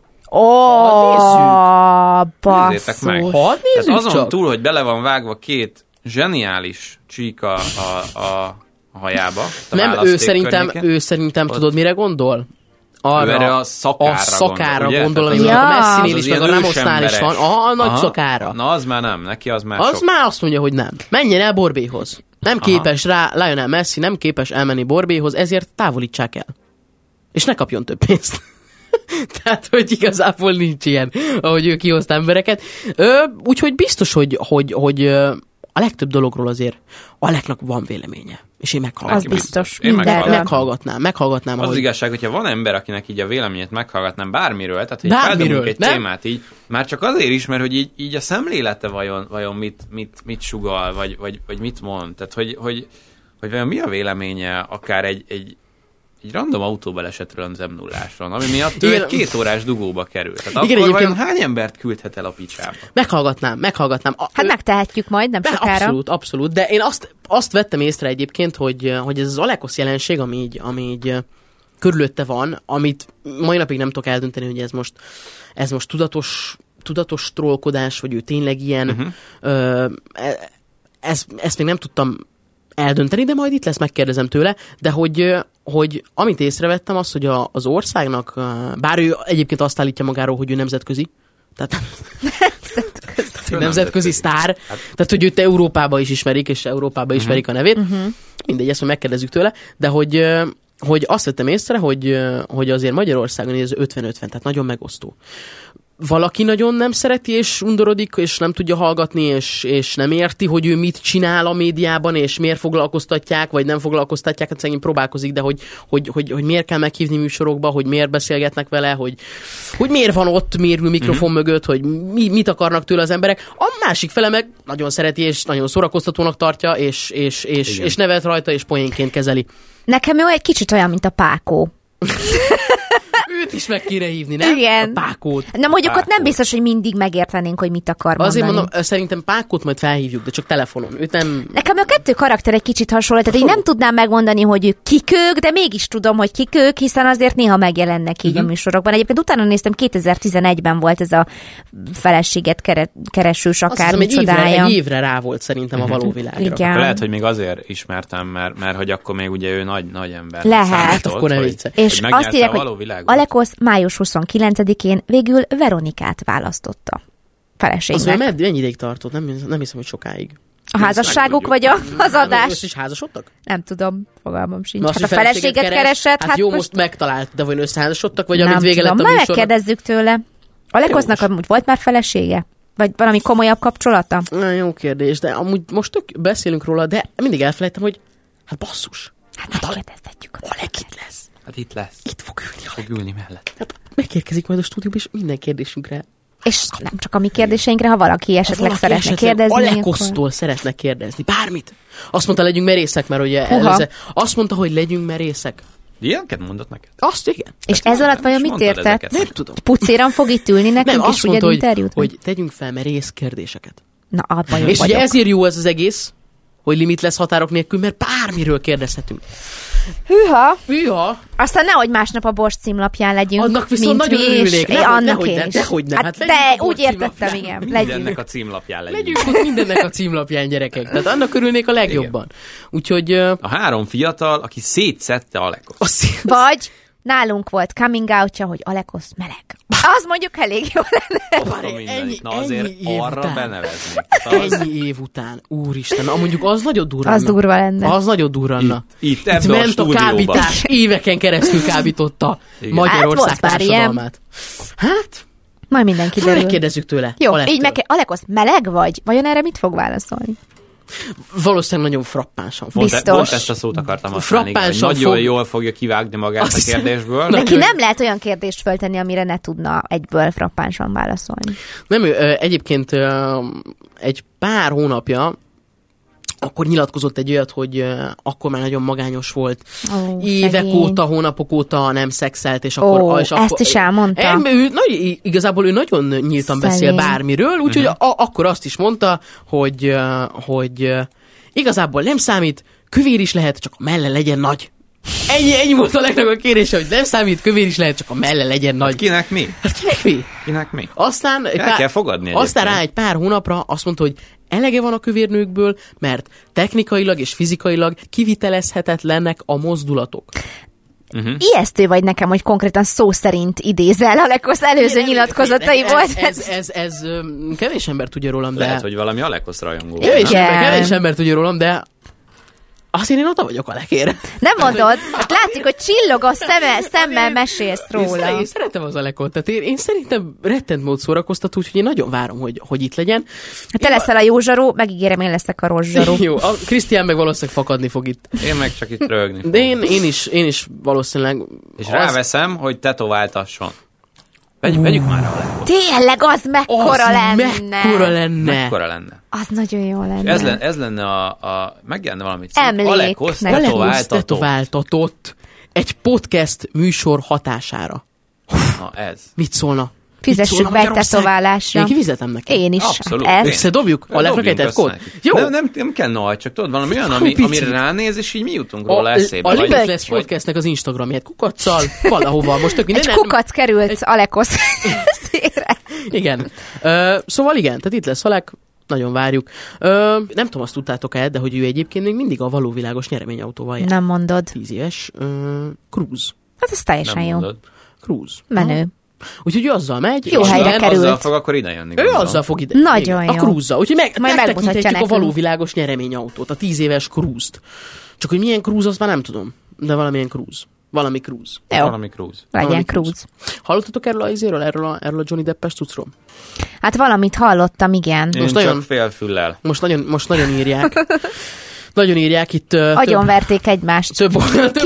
Basszus. Meg. Azon túl, hogy bele van vágva 2 zseniális csíka a hajába. Nem, ő szerintem tudod, mire gondol? Arra a szakára gondol, ami a Messinél is, meg a Ramosnál is van. A nagy szakára. Na az már nem, neki az már sok. Már azt mondja, hogy nem. Menjen el Borbéhoz. Nem képes rá, Lionel Messi nem képes elmenni Borbéhoz, ezért távolítsák el. És ne kapjon több pénzt. Tehát, hogy igazából nincs ilyen, ahogy ő kihozta embereket. Úgyhogy biztos, hogy a legtöbb dologról azért Aleknak van véleménye. És én meghallgatnám. Az biztos. Meghallgatnám. Az igazság, hogyha van ember, akinek így a véleményét meghallgatnám bármiről, tehát hogy feldobunk egy témát így, már csak azért is, mert hogy így a szemlélete vajon mit sugal, vagy mit mond. Tehát, hogy vajon mi a véleménye akár egy random autóbalesetről az M0-áson, ami miatt ő egy 2 órás dugóba került. Tehát igen, akkor vajon hány embert küldhet el a picsába? Meghallgatnám. Hát megtehetjük majd, nem sokára. Abszolút. De én azt vettem észre egyébként, hogy ez az Alekosz jelenség, ami így körülötte van, amit mai napig nem tudok eldönteni, hogy ez most tudatos trollkodás, vagy ő tényleg ilyen. Ezt még nem tudtam eldönteni, de majd itt lesz, megkérdezem tőle, de hogy amit észrevettem az, hogy az országnak, bár ő egyébként azt állítja magáról, hogy ő nemzetközi, tehát nemzetközi sztár, tehát hogy őt Európában is ismerik, és Európában ismerik a nevét, mindegy, ezt majd megkérdezzük tőle, de hogy azt vettem észre, hogy azért Magyarországon ez 50-50, tehát nagyon megosztó. Valaki nagyon nem szereti, és undorodik, és nem tudja hallgatni, és nem érti, hogy ő mit csinál a médiában, és miért foglalkoztatják, vagy nem foglalkoztatják, hát szegény próbálkozik, de hogy miért kell meghívni műsorokba, hogy miért beszélgetnek vele, hogy miért van ott, miért ül mikrofon mögött, hogy mit akarnak tőle az emberek. A másik fele meg nagyon szereti, és nagyon szórakoztatónak tartja, és nevet rajta, és poénként kezeli. Nekem ő egy kicsit olyan, mint a Pákó. Őt is meg kéne hívni, nem? Igen. A Pákót. Na mondjuk ott nem biztos, hogy mindig megértenénk, hogy mit akar mondani. Azért mondom, szerintem Pákót majd felhívjuk, de csak telefonon. Őt nem... Nekem a 2 karakter egy kicsit hasonló, tehát én nem tudnám megmondani, hogy ők kik ők, de mégis tudom, hogy kik ők, hiszen azért néha megjelennek így a műsorokban. Egyébként utána néztem, 2011-ben volt ez a feleséget keresős akár micsodája. Egy évre rá volt szerintem a való világra. Igen. Lehet, hogy még azért ismertem, mert hogy akkor még ugye ő nagy ember. Lehet. Akkor ne vicce. És azt írják, hogy Alekosz május 29-én végül Veronikát választotta feleségnek. Az mennyi ideig tartott? Nem hiszem, hogy sokáig. A házasságuk vagy az adás? Most is házasodtak? Nem tudom, fogalmam sincs. Hát a feleséget keresett. Hát jó, most megtalált, de vajon összeházasodtak, vagy amit vége lett a műsornak? Megkérdezzük tőle. Alekosznak amúgy volt már felesége? Vagy valami komolyabb kapcsolata? Jó kérdés, de amúgy most beszélünk róla, de mindig elfelejtem, hogy hát basszus. Hát megkérdeztetjük. Alek itt lesz. Hát itt lesz. Itt fog ülni mellett. Hát megérkezik majd a stúdióba, és minden kérdésünkre. És nem csak a mi kérdéseinkre, ha valaki esetleg szeretne kérdezni. Alekosztól szeretne kérdezni. Bármit. Azt mondta, legyünk merészek, mert ugye azt mondta, hogy legyünk merészek. Ilyenket mondott neked? Azt igen. És ez alatt vajon mit értett? Nem tudom. Pucéran fog itt ülni nekünk, nem, és ugye interjút? hogy tegyünk fel merész kérdéseket. Na, abban jó és vagyok. ugye ezért jó ez az egész, hogy limit lesz határok nélkül, mert bármiről kérdezhetünk. Hűha! Aztán nehogy másnap a Bors címlapján legyünk. Annak viszont nagyon örülnék. Dehogy nem. Hát de úgy értettem, igen. Mindennek a címlapján legyünk. Legyünk ott mindennek a címlapján, gyerekek. Tehát annak örülnék a legjobban. Úgyhogy... A 3 fiatal, aki szétszedte Alekoszt. Vagy nálunk volt coming out-ja, hogy Alekosz meleg. Az mondjuk elég jó lenne. Na azért arra beneveznék. Ennyi év után, úristen, mondjuk az nagyon durva. Az durva lenne. Az nagyon durva lenne. Itt ment a kábítás, éveken keresztül kábította Magyarország társadalmát. Hát, majd mindenki derül. Megkérdezzük tőle. Jó, így Alekosz meleg vagy? Vajon erre mit fog válaszolni? Valószínűleg nagyon frappánsan fog. Biztos. Pont ezt a szót akartam használni. Frappánsan Nagyon fog- jól fogja kivágni magát Azt a hiszem- kérdésből. Neki nem lehet olyan kérdést föltenni, amire ne tudna egyből frappánsan válaszolni. Nem, egyébként egy pár hónapja akkor nyilatkozott egy olyat, hogy akkor már nagyon magányos volt. Évek szegény. óta, hónapok óta nem szexelt, és akkor... és ezt is elmondta. Igazából ő nagyon nyíltan beszél Szegény. bármiről, úgyhogy akkor azt is mondta, hogy igazából nem számít, kövér is lehet, csak a melle legyen nagy. Ennyi volt a legnagyobb kérése, hogy nem számít, kövér is lehet, csak a melle legyen nagy. Kinek mi? Hát kinek mi? Kinek mi? Aztán, kell fogadni aztán egyébként. rá egy pár hónapra azt mondta, hogy elege van a kövérnőkből, mert technikailag és fizikailag kivitelezhetetlennek a mozdulatok. Ijesztő vagy nekem, hogy konkrétan szó szerint idézel Alekosz előző nyilatkozatai volt. Ez kevés ember tudja rólam, de... Lehet, hogy valami Alekosz rajongó. Kevés ember tudja rólam, de azért én oda vagyok a lekére. Nem mondod? Hát látszik, hogy csillog a szemmel mesélsz róla. Én szeretem az Alekot, tehát én szerintem rettent mód szórakoztató, úgyhogy én nagyon várom, hogy itt legyen. Te leszel a jó zsaró, megígérem, én leszek a rossz zsaró. Jó, a Krisztián meg valószínűleg fakadni fog itt. Én meg csak itt rögni fogok. De én is valószínűleg... És ráveszem, hogy tetováltasson. Vegyük már a Alekot. Tényleg, az mekkora lenne. Mekkora lenne. Mekkora lenne? Az nagyon jó lenne. Ez lenne megjelenne valami cím. Emlék Alekosz neki. Alekosz tetováltató. tetováltatott egy podcast műsor hatására. Na ez. Mit szólna? Fizessük Mit szólna be egy Magyarország? tetoválásra. Én kifizetem neki. Én is. Abszolút. Hát ez. Összedobjuk? A Dobjunk lefeketett össze kód? neki. Jó. Nem kell nagy, csak tudod, valami olyan, Pici. amire ránéz, és így mi jutunk róla eszébe. A vagy- Limitless Podcastnek az Instagramját kukacsal valahova. Most tök minden. Egy kukac került Alekosz szére. Igen. Szóval igen, tehát itt lesz Alek, nagyon várjuk. Nem tudom, azt tudtátok-e, de hogy ő egyébként még mindig a valóvilágos nyereményautóval jár. Nem mondod. 10 éves Cruise. Hát ez teljesen Nem jó. mondod. Cruise. Menő. Úgyhogy ő azzal megy. Jó és helyre igen, kerül. Azzal fog akkor ide jönni. Ő gondolom. azzal fog ide. Nagyon igen, jó. A Cruise-zal. Úgyhogy Majd megmutatja megtekintetjük a nekünk. valóvilágos nyereményautót, a 10 éves Cruise-t. Csak hogy milyen Cruise, azt már nem tudom. De valamilyen Cruise. Valami Cruise. Jó, Valami Cruise. legyen Valami Cruise. Hallottatok erről a Johnny Deppes cuccról? Hát valamit hallottam, igen. Én Most csak nagyon- fél füllel. Most nagyon írják. Nagyon írják itt. Agyonverték egymást. Több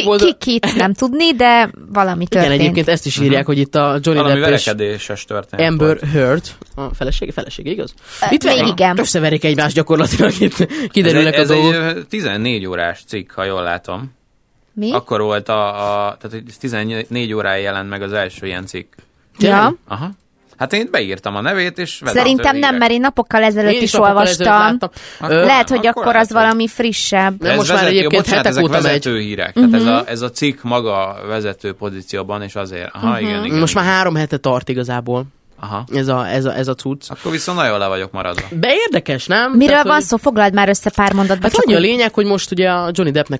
Kit nem tudni, de valami Igen, történt. egyébként ezt is írják, hogy itt a Johnny Valami Depp és verekedéses történet Amber volt. Heard, a felesége, igaz? Még igen. Összeverik egymást gyakorlatilag, itt kiderülnek a Ez dolgok. egy 14 órás cikk, ha jól látom. Mi? Akkor volt tehát hogy 14 óráig jelent meg az első ilyen cikk. Ja. Aha. Hát én itt beírtam a nevét, és Szerintem nem, mert én napokkal ezelőtt Én is napokkal ezelőtt olvastam. láttam. Lehet, hogy Akkor akkor lehet, az valami frissebb. De most már egyébként hetek óta megy. vezető hírek. Tehát ez a cikk maga vezető pozícióban, és azért. Aha, igen. Most már 3 hete tart igazából Aha. ez a cucc. Akkor viszont nagyon le vagyok maradva. De érdekes, nem? Miről Tehát, van hogy- szó? Foglald már össze pár mondatba. Hát csak annyi a úgy- lényeg, hogy most ugye a Johnny Deppnek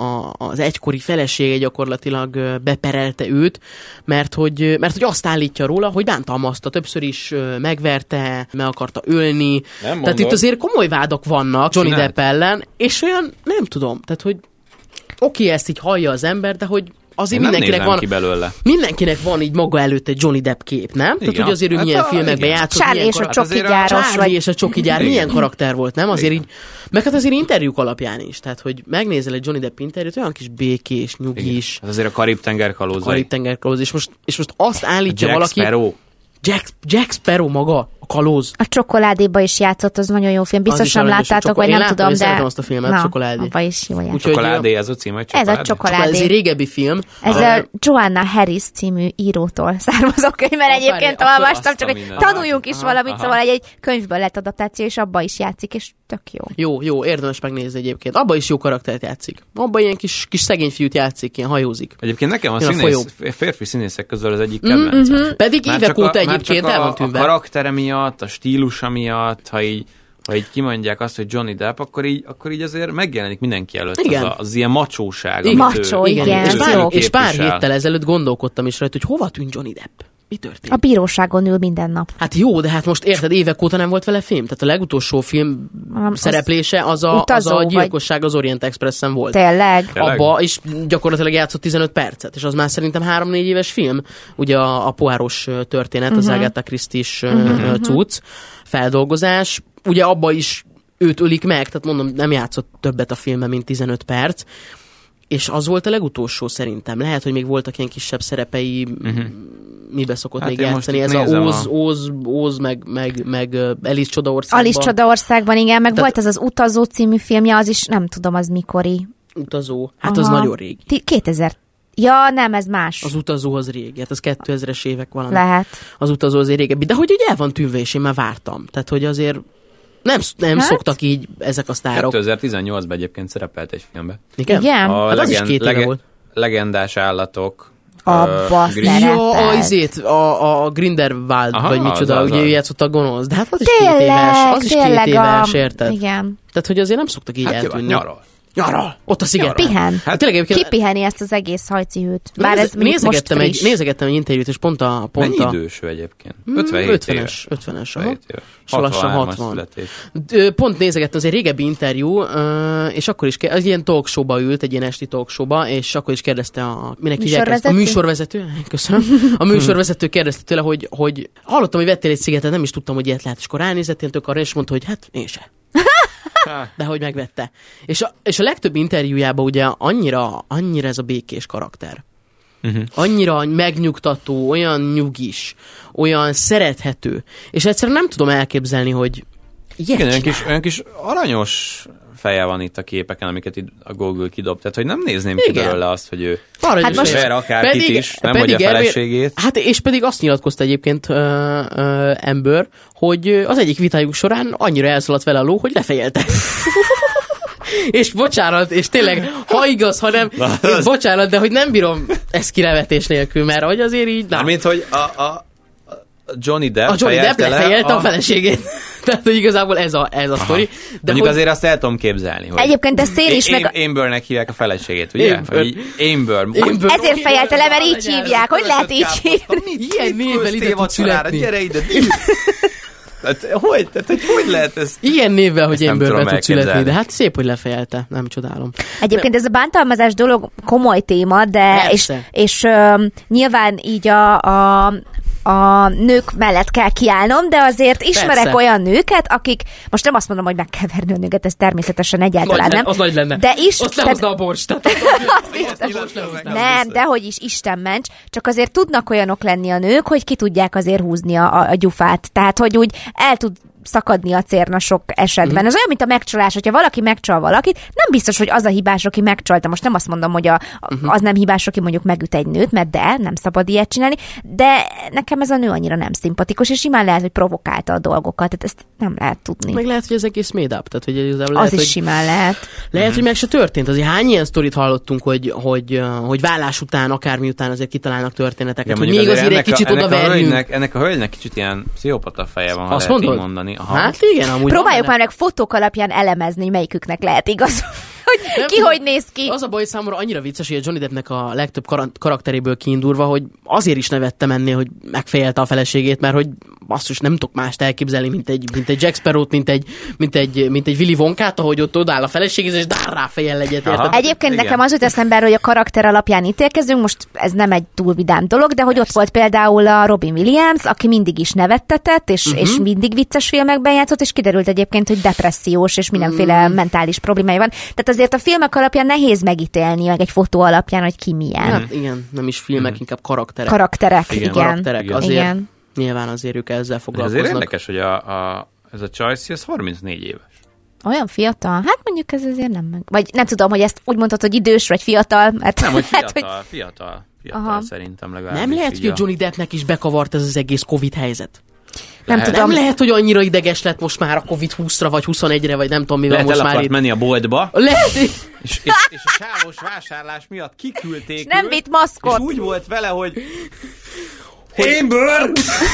az egykori felesége gyakorlatilag beperelte őt, mert hogy azt állítja róla, hogy bántalmazta, többször is megverte, meg akarta ölni. Tehát mondod. itt azért komoly vádak vannak Johnny Csináld. Depp ellen, és olyan, nem tudom, tehát hogy oké, ezt így hallja az ember, de hogy azért Én nem mindenkinek nézem van, ki belőle. mindenkinek van így maga előtt egy Johnny Depp kép, nem? Tehát, Igen. hogy azért ő Hát milyen a- filmekben igen. játszott, Charlie milyen és a Hát azért a csokigyáros, Charlie vagy és a csokigyár Igen. milyen karakter volt, nem? Azért Igen. így, meg hát azért interjúk alapján is, tehát hogy megnézel egy Johnny Depp interjút, olyan kis békés, nyugis, Hát azért a Karib-tenger kalózai. Karib-tengerkalóz, és most azt állítja Jack valaki, Sparrow. Jack Sparrow maga, a kalóz. a Csokoládéba is játszott, az nagyon jó film. Az Biztos is nem aranyos, a láttátok, vagy Én nem láttam, tudom, én de... szeretem azt a filmet, Csokoládé. abba is jó játszott. Úgyhogy Csokoládé, ez a cím, hogy Ez a csokoládé? csokoládé. ez egy régebbi film. Ez a Joanna Harris című írótól származó könyv, mert egyébként akkor olvastam, azt csak a hogy mindent. tanuljunk is Aha, valamit, aha. szóval egy könyvből lett adaptáció, és abba is játszik, és tök jó. Jó, érdemes megnézni egyébként. Abba is jó karaktert játszik. Abba ilyen kis szegény fiút játszik, ilyen hajózik. Egyébként nekem a Jön a férfi színészek közül az egyik kedvencem. Pedig Már évek csak a- óta már egyébként csak el van a tűnve. karaktere miatt, a stílusa miatt, ha így kimondják azt, hogy Johnny Depp, akkor így azért megjelenik mindenki előtt Igen. az ilyen macsóság. Igen. amit Macsó, ő- igen, És ez pár, jó. és pár képvisel. héttel ezelőtt gondolkodtam is rajta, hogy hova tűnt Johnny Depp. Mi történt? A bíróságon ül minden nap. Hát jó, de hát most érted, évek óta nem volt vele film. Tehát a legutolsó film Az szereplése az utazó, a vagy- gyilkosság az Orient Expressen volt. Tényleg? Tényleg? Abba is gyakorlatilag játszott 15 percet, és az már szerintem 3-4 éves film. Ugye a poáros történet, az Agatha Christie-s cucc, feldolgozás. Ugye abba is őt ölik meg, tehát mondom, nem játszott többet a filmben, mint 15 perc, és az volt a legutolsó szerintem. Lehet, hogy még voltak ilyen kisebb szerepei, mibe szokott még játszani. Ez Óz, meg Alice Csodaországban. Alice Csodaországban, igen, meg volt az Utazó című filmje, az is nem tudom, az mikori. Utazó, hát az nagyon régi. 2000. Ja, nem, ez más. Az Utazó az régi, hát az 2000-es évek valami. Lehet. Az Utazó azért régebbi, de hogy el van tűnve, és én már vártam. Tehát, hogy azért nem szoktak így ezek a sztárok. 2018-ban egyébként szerepelt egy filmbe. Igen? Hát az is 2 éve volt. Legendás állatok. Abba szerepelt. A Grindelwald, vagy micsoda, ugye ő játszott a gonosz. De hát az is 2 éves. Az is 2 éves, érted? Igen. Tehát, hogy azért nem szoktak így eltűnni. Nyaral! Ott a sziget. Pihen. Hát ki piheni ezt az egész hajcihőt? Bár ez nézegettem egy interjút, és pont a... Mennyi idős ő egyébként? 50-es. Lassan 60. Pont nézegettem, az egy régebbi interjú, és akkor is egy ilyen talk showba ült, egy ilyen esti talk showba, és akkor is kérdezte a műsorvezető. Köszönöm. A műsorvezető kérdezte tőle, hogy hallottam, hogy vettél egy szigetet, nem is tudtam, hogy ilyet lehet, és akkor ránézett, én tök arra, és mondta, hogy hát én se. De hogy megvette. És a legtöbb interjújában ugye annyira ez a békés karakter. Annyira megnyugtató, olyan nyugis, olyan szerethető. És egyszerűen nem tudom elképzelni, hogy igen, olyan kis aranyos feje van itt a képeken, amiket itt a Google kidob. Tehát, hogy nem nézném ki belőle azt, hogy ő ver akárkit is, nem vagy a feleségét. Hát és pedig azt nyilatkozta egyébként Amber, hogy az egyik vitájuk során annyira elszaladt vele a ló, hogy lefejelte. És bocsánat, és tényleg, ha igaz, ha nem, bocsánat, de hogy nem bírom ezt kinevetés nélkül, mert hogy azért így... Mármint, hogy a Johnny Depp lefejelte a feleségét. Tehát, hogy igazából ez a sztori. De mondjuk azért azt el tudom képzelni, hogy... Egyébként ez szél is meg... Ambernek hívják a feleségét, ugye? Amber. Ezért fejelte le, mert így hívják. Hogy lehet így hívni? Ilyen névvel ide tud születni. Gyere ide, hogy lehet ez? Ilyen névvel, hogy Amberbe tud születni, de hát szép, hogy lefejelte, nem csodálom. Egyébként ez a bántalmazás dolog komoly téma, de és nyilván így a nők mellett kell kiállnom, de azért ismerek olyan nőket, akik, most nem azt mondom, hogy meg kell verni a nőket, ez természetesen egyáltalán nem. Az nagy lenne. De is, azt lehozna a borst. Nem, dehogy is, Isten ments, csak azért tudnak olyanok lenni a nők, hogy ki tudják azért húzni a gyufát. Tehát, hogy úgy el tud szakadni a cérna sok esetben. Ez olyan, mint a megcsalás, hogyha valaki megcsal valakit, nem biztos, hogy az a hibás, aki megcsalta. Most nem azt mondom, hogy az nem hibás, aki mondjuk megüt egy nőt, mert nem szabad ilyet csinálni, de nekem ez a nő annyira nem szimpatikus, és simán lehet, hogy provokálta a dolgokat, tehát ezt nem lehet tudni. Meg lehet, hogy ez egész made up, tehát hogy az lehet, is hogy simán lehet. Lehet, hogy meg se történt. Azért hány ilyen sztorit hallottunk, hogy vállás után, akármi után azért kitalálnak történeteket, hogy még azért egy kicsit oda verjünk. Ennek a hölgynek kicsit ilyen pszichopata feje van, ha azt lehet így mondani. Aha. Hát igen, amúgy próbáljuk már meg fotók alapján elemezni, melyiküknek lehet igaz. Hogy néz ki. Az a baj, számomra annyira vicces, hogy a Johnny Deppnek a legtöbb karakteréből kiindulva, hogy azért is nevettem ennél, hogy megfejelte a feleségét, mert hogy basszus, nem tudok mást elképzelni, mint egy Jack Sparrow-t, mint egy Willy Wonkát, ahogy ott odáll a feleségét, és rá fejjel egyet. Egyébként igen. Nekem az jut eszembe, hogy a karakter alapján ítélkezünk, most ez nem egy túl vidám dolog, de hogy ott volt például a Robin Williams, aki mindig is nevettetett, és mindig vicces filmekben játszott, és kiderült egyébként, hogy depressziós, és mindenféle mentális problémája van. Tehát azért a filmek alapján nehéz megítélni, meg egy fotó alapján, hogy ki milyen. Hát igen, nem is filmek, inkább karakterek. Karakterek. Karakterek. Azért, igen. Nyilván azért ők ezzel foglalkoznak. Azért érdekes, hogy ez a Chelsea, ez 34 éves. Olyan fiatal? Hát mondjuk ez azért nem meg... Vagy nem tudom, hogy ezt úgy mondtad, hogy idős vagy fiatal, mert... Nem, hogy fiatal szerintem legalábbis. Nem lehet, hogy a Johnny Deppnek is bekavart ez az egész Covid helyzet. Nem tudom. Nem lehet, hogy annyira ideges lett most már a Covid 20-ra, vagy 21-re, vagy nem tudom, mi van most már itt. Menni a boltba. Lehet. És a sávos vásárlás miatt kiküldték. És nem vitt maszkot. És úgy volt vele, hogy Amber!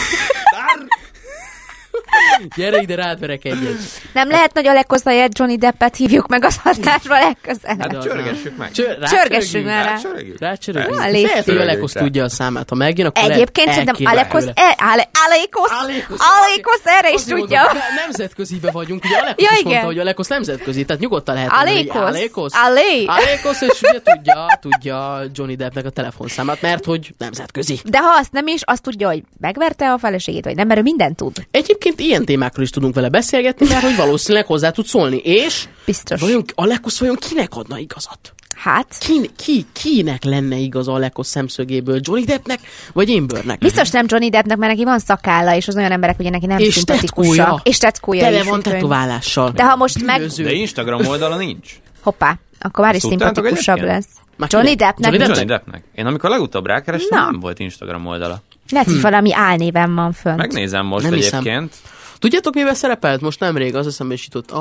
Gyere ide, rád verek egyet. Nem lehet nagy Alekhoz helyett Johnny Deppet hívjuk meg az adásba legközelebb. Hát csörgessük meg. Csörgessük már rá. Rácsörögjük. Lehet, hogy Alekhoz tudja a számát. Ha megjön, akkor egyébként szerintem Alekhoz erre is tudja. Nemzetközibe vagyunk. Ugye Alekhoz is mondta, hogy Alekhoz nemzetközi. Tehát nyugodtan lehet mondani, hogy Alekhoz, és tudja Johnny Deppnek a telefonszámát, mert hogy nemzetközi. De ha azt nem is, azt tudja, hogy megverte a feleségét, vagy nem, mert ő mindent tud. Egyébként ilyen témákról is tudunk vele beszélgetni, mert hogy valószínűleg hozzá tud szólni. És Biztos. Alekosz vajon kinek adna igazat? Hát. Kinek lenne igaz Alekosz szemszögéből? Johnny Deppnek, vagy Ambernek? Biztos nem Johnny Deppnek, mert neki van szakálla, és az olyan emberek, ugye neki nem És szimpatikusak. És tetkója Tele is. van tetoválással. De ha most meg... De Instagram oldala nincs. Hoppá, akkor már is Tudtátok szimpatikusabb egyébként? lesz. Johnny Deppnek. Johnny Deppnek. Én amikor legutóbb rákerestem, nem volt Instagram oldala. Lehet, hogy valami álnéven van fönt. Megnézem most Nem hiszem. egyébként. Tudjátok, miben szerepelt? Most nemrég, az eszembe is jutott.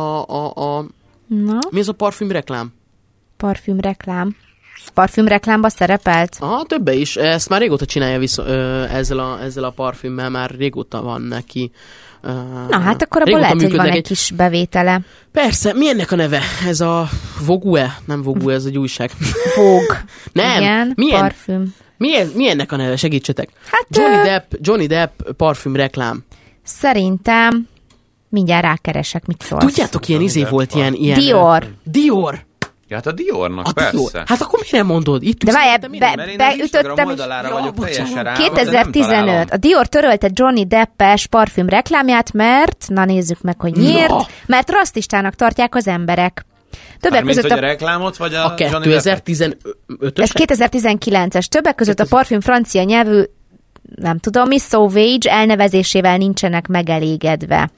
Na, Mi az a parfüm reklám? parfümreklám. Parfümreklámba szerepelt? Aha, többe is. Ezt már régóta csinálja ezzel a parfümmel, már régóta van neki. Na hát akkor abból lehet, hogy van egy kis bevétele. Persze, mi ennek a neve? Ez a Vogue? Nem Vogue, ez egy újság. Vogue. Nem. Igen, Milyen? parfüm. Mi ennek a neve? Segítsetek. Hát, Johnny Depp parfüm reklám. Szerintem mindjárt rákeresek, mit szólsz. Tudjátok, ilyen izé volt, ilyen... Dior. Ja, hát a Diornak, A persze. Dior. Hát akkor miért mondod? Itt De várjál, Mert én az Instagram beütöttem is. oldalára vagyok teljesen rá. 2015. A Dior törölte Johnny Deppes parfüm reklámját, mert, na nézzük meg, hogy miért, Na. mert rasszistának tartják az emberek. Többek Mármint, között hogy a reklámot, vagy a Johnny Deppet? 2015-ös? Ez 2019-es. Többek között a parfüm francia nyelvű, nem tudom mi, Sauvage elnevezésével nincsenek megelégedve.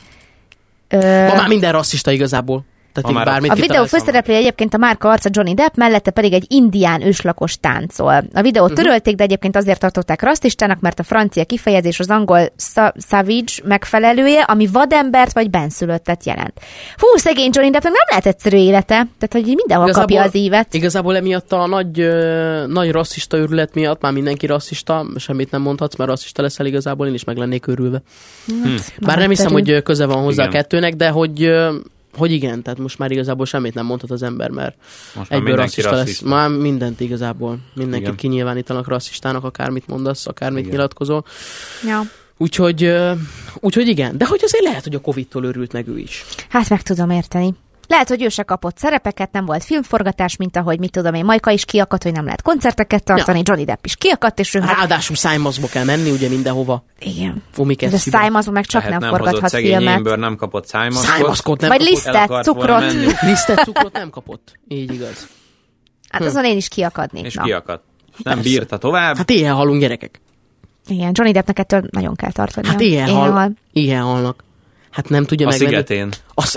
Ma már minden rasszista igazából. Tehát bármit A videó főszereplője egyébként a márka arca Johnny Depp, mellette pedig egy indián őslakos táncol. A videót törölték, de egyébként azért tartották rasszistának, mert a francia kifejezés az angol savage megfelelője, ami vadembert vagy benszülöttet jelent. Fú, szegény Johnny Deppnek nem lehet egyszerű élete, tehát hogy mindenhol kapja az ívet. Igazából emiatt a nagy rasszista őrület miatt már mindenki rasszista, semmit nem mondhatsz, mert rasszista leszel igazából, én is meg lennék őrülve. Bár nem hiszem, hogy köze van hozzá a kettőnek, de hogy igen, tehát most már igazából semmit nem mondhat az ember, mert egyből rasszista lesz. Már mindent igazából. Mindenkit kinyilvánítanak rasszistának, akármit mondasz, akármit nyilatkozol. Ja. Úgyhogy igen. De hogy azért lehet, hogy a Covid-tól örült meg ő is. Hát meg tudom érteni. Lehet, hogy ő se kapott szerepeket, nem volt filmforgatás, mint ahogy, mit tudom én, Majka is kiakadt, hogy nem lehet koncerteket tartani, Johnny Depp is kiakadt, és ő ráadásul szájmazba kell menni, ugye mindenhova. Igen. De szájmazba meg csak nem forgathat filmet. Ember nem kapott szájmazkot. Vagy lisztet, cukrot. Lisztet, cukrot nem kapott. Így igaz. Hát azon én is kiakadnék. És kiakadt. Nem bírta tovább. Hát ilyen halunk, gyerekek. Igen, Johnny Deppnek ettől nagyon kell tartani. Hát ilyen halnak. Hát nem tudja megvenni. A szigetén.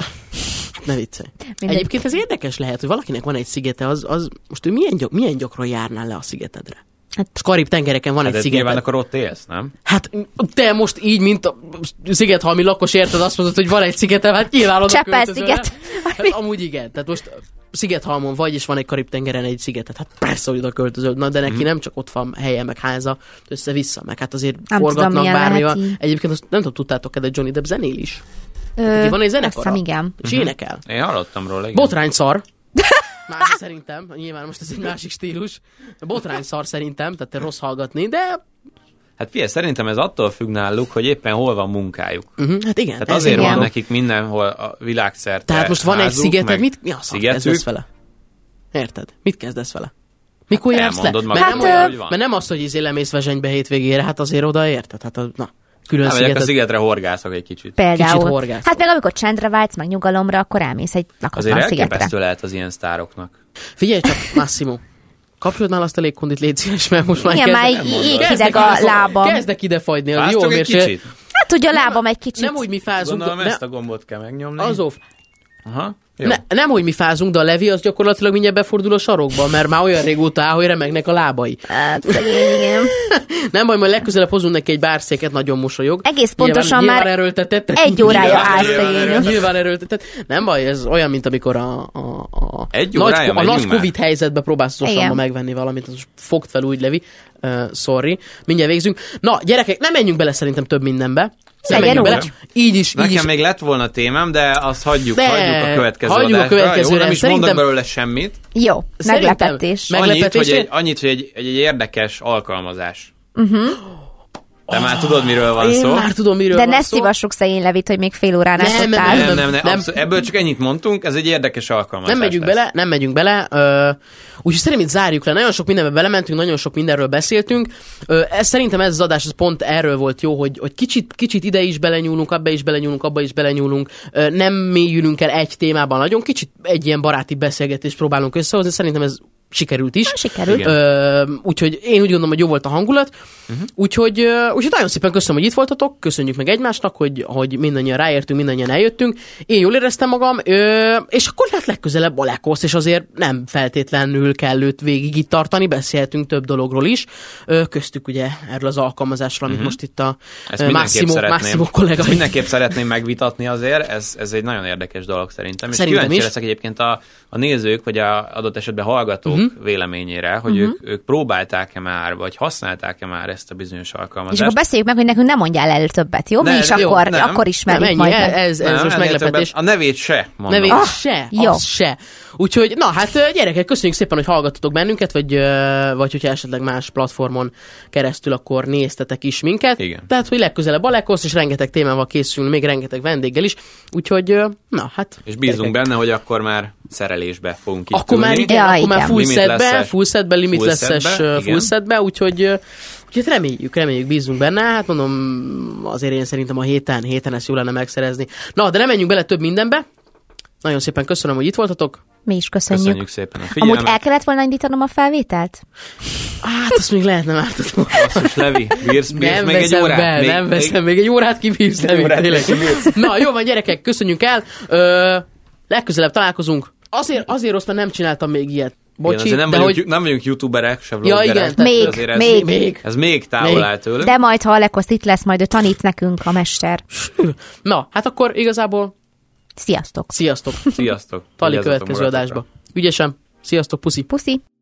Ne viccelj. Egyébként ez érdekes lehet, hogy valakinek van egy szigete, az most ő milyen gyakran járnál le a szigetedre? Hát Karib-tengereken van egy szigeted. Nyilván akkor ott élsz, nem? Hát te most így, mint a szigethalmi lakos, érted, azt mondod, hogy van egy szigetem, hát nyilván oda költözöl. Sziget. Hát amúgy igen. Tehát most Szigethalmon vagy, és van egy Karib-tengeren egy szigetet. Hát persze, hogy oda költözöl. Na, de neki nem csak ott van helye, meg háza, össze-vissza, meg hát azért nem forgatnak bármival. Egyébként azt nem tudom, tudtátok-e, de Johnny Depp zenél is. Van egy zenekara, igen. És énekel. Én hallottam róla, igen. Botrányszar. Más szerintem, nyilván most ez egy másik stílus. Botrányszar szerintem, tehát rossz hallgatni, de... Hát figyelj, szerintem ez attól függ náluk, hogy éppen hol van munkájuk. Hát igen. Tehát azért van nekik mindenhol a világszerte. Tehát most van egy szigeted, mi a szar kezdesz vele? Érted? Mit kezdesz vele? Mikor hát jársz le? Mert nem az, hogy lemész Vezsenybe hétvégére, hát azért oda érted? Hát na. Külön szigeted. A szigetre horgászok egy kicsit. Például. Kicsit horgászok. Hát meg amikor csendre vágysz, meg nyugalomra, akkor elmész egy lakatlan szigetre. Azért elképesztő lehet az ilyen sztároknak. Figyelj csak, Massimo. Kapcsolod már azt a légkondit, légy szíves, mert most már hideg a lábam. Kezdek ide fagyni. Fáztok egy kicsit? Hát ugye a lábam egy kicsit. Nem, hogy mi fázunk. Gondolom, ezt a gombot kell megnyomni. Aha. Nem, hogy mi fázunk, de a Levi az gyakorlatilag mindjárt befordul a sarokba, mert már olyan régóta áll, hogy remegnek a lábai. Hát, igen. Nem baj, majd legközelebb hozunk neki egy bárszéket, nagyon mosolyog. Egész pontosan nyilván már erőltetett. egy órája áll szegény. Nyilván erőltetett. Nem baj, ez olyan, mint amikor a nagy Covid helyzetben próbálsz osamba megvenni valamit, az fogd fel úgy, Levi. Sorry. Mindjárt végzünk. Na, gyerekek, nem menjünk bele szerintem több mindenbe. Így is. Nekem még lett volna témám, de azt hagyjuk a következő adásra. Jó, nem is mondok belőle semmit. Jó, meglepetés. Annyit, hogy egy érdekes alkalmazás. Te már tudod, miről van szó. Én már tudom, miről De van ne szó. szívassuk szegény Levit, hogy még fél órán Nem, álltál. Nem. Ebből csak ennyit mondtunk, ez egy érdekes alkalmazás. Nem megyünk bele. Úgyhogy szerintem itt zárjuk le. Nagyon sok mindenbe belementünk, nagyon sok mindenről beszéltünk. Szerintem ez az adás ez pont erről volt jó, hogy kicsit ide is belenyúlunk, abba is belenyúlunk. Nem mélyülünk el egy témában nagyon, kicsit egy ilyen baráti beszélgetést próbálunk összehozni. Szerintem ez sikerült is. Sikerült. Úgyhogy én úgy gondolom, hogy jó volt a hangulat. Úgyhogy nagyon szépen köszönöm, hogy itt voltatok, köszönjük meg egymásnak, hogy mindannyian ráértünk, mindannyian eljöttünk. Én jól éreztem magam, és akkor lehet legközelebb Alekosz, és azért nem feltétlenül kell őt végig itt tartani, beszélhetünk több dologról is. Köztük ugye erről az alkalmazásról, amit most itt a Massimo kollega. Ezt mindenképp szeretném megvitatni azért, ez egy nagyon érdekes dolog szerintem. És kíváncsi leszek egyébként a nézők, vagy a adott esetben hallgatók véleményére, hogy ők próbálták-e már, vagy használták-e már ezt a bizonyos alkalmazást. És akkor beszéljük meg, hogy nekünk nem mondjál el többet, jó? Mi is akkor ismerjük majd. Ez most meglepetés. A nevét se mondom. Nevét az se. Úgyhogy, na hát gyerekek, köszönjük szépen, hogy hallgattatok bennünket, vagy hogyha esetleg más platformon keresztül, akkor néztetek is minket. Igen. Tehát, hogy legközelebb Alekosz, és rengeteg témával készülünk, még rengeteg vendéggel is. Úgyhogy, na hát. És bízunk benne, hogy akkor már szerelésbe fogunk itt akkor ülni. már igen, akkor már full setbe, limitless-es full setbe, úgyhogy reméljük, bízunk benne. Hát mondom, azért én szerintem a héten ezt jó lenne megszerezni. Na, de nem menjünk bele több mindenbe. Nagyon szépen köszönöm, hogy itt voltatok. Mi is köszönjük szépen a figyelmet. Amúgy el kellett volna indítanom a felvételt? Hát azt még lehetne már tudom. Basszus, Levi, bírsz még egy órát? Nem veszem, még egy órát kibírsz, Levi, tényleg. Na, jó van, gyerekek, köszönjük el. Legközelebb találkozunk. Azért rossz, mert nem csináltam még ilyet. Bocsi, igen, nem vagyunk youtuberek, se vloggerek. Ja, igen, ez még távol áll tőlünk. De majd, ha Alekosz itt lesz, majd ő tanít nekünk a mester. Na, hát akkor igazából Sziasztok. Sziasztok. Sziasztok. Tali következő adásba. Ügyesen. Sziasztok, puszi. Puszi.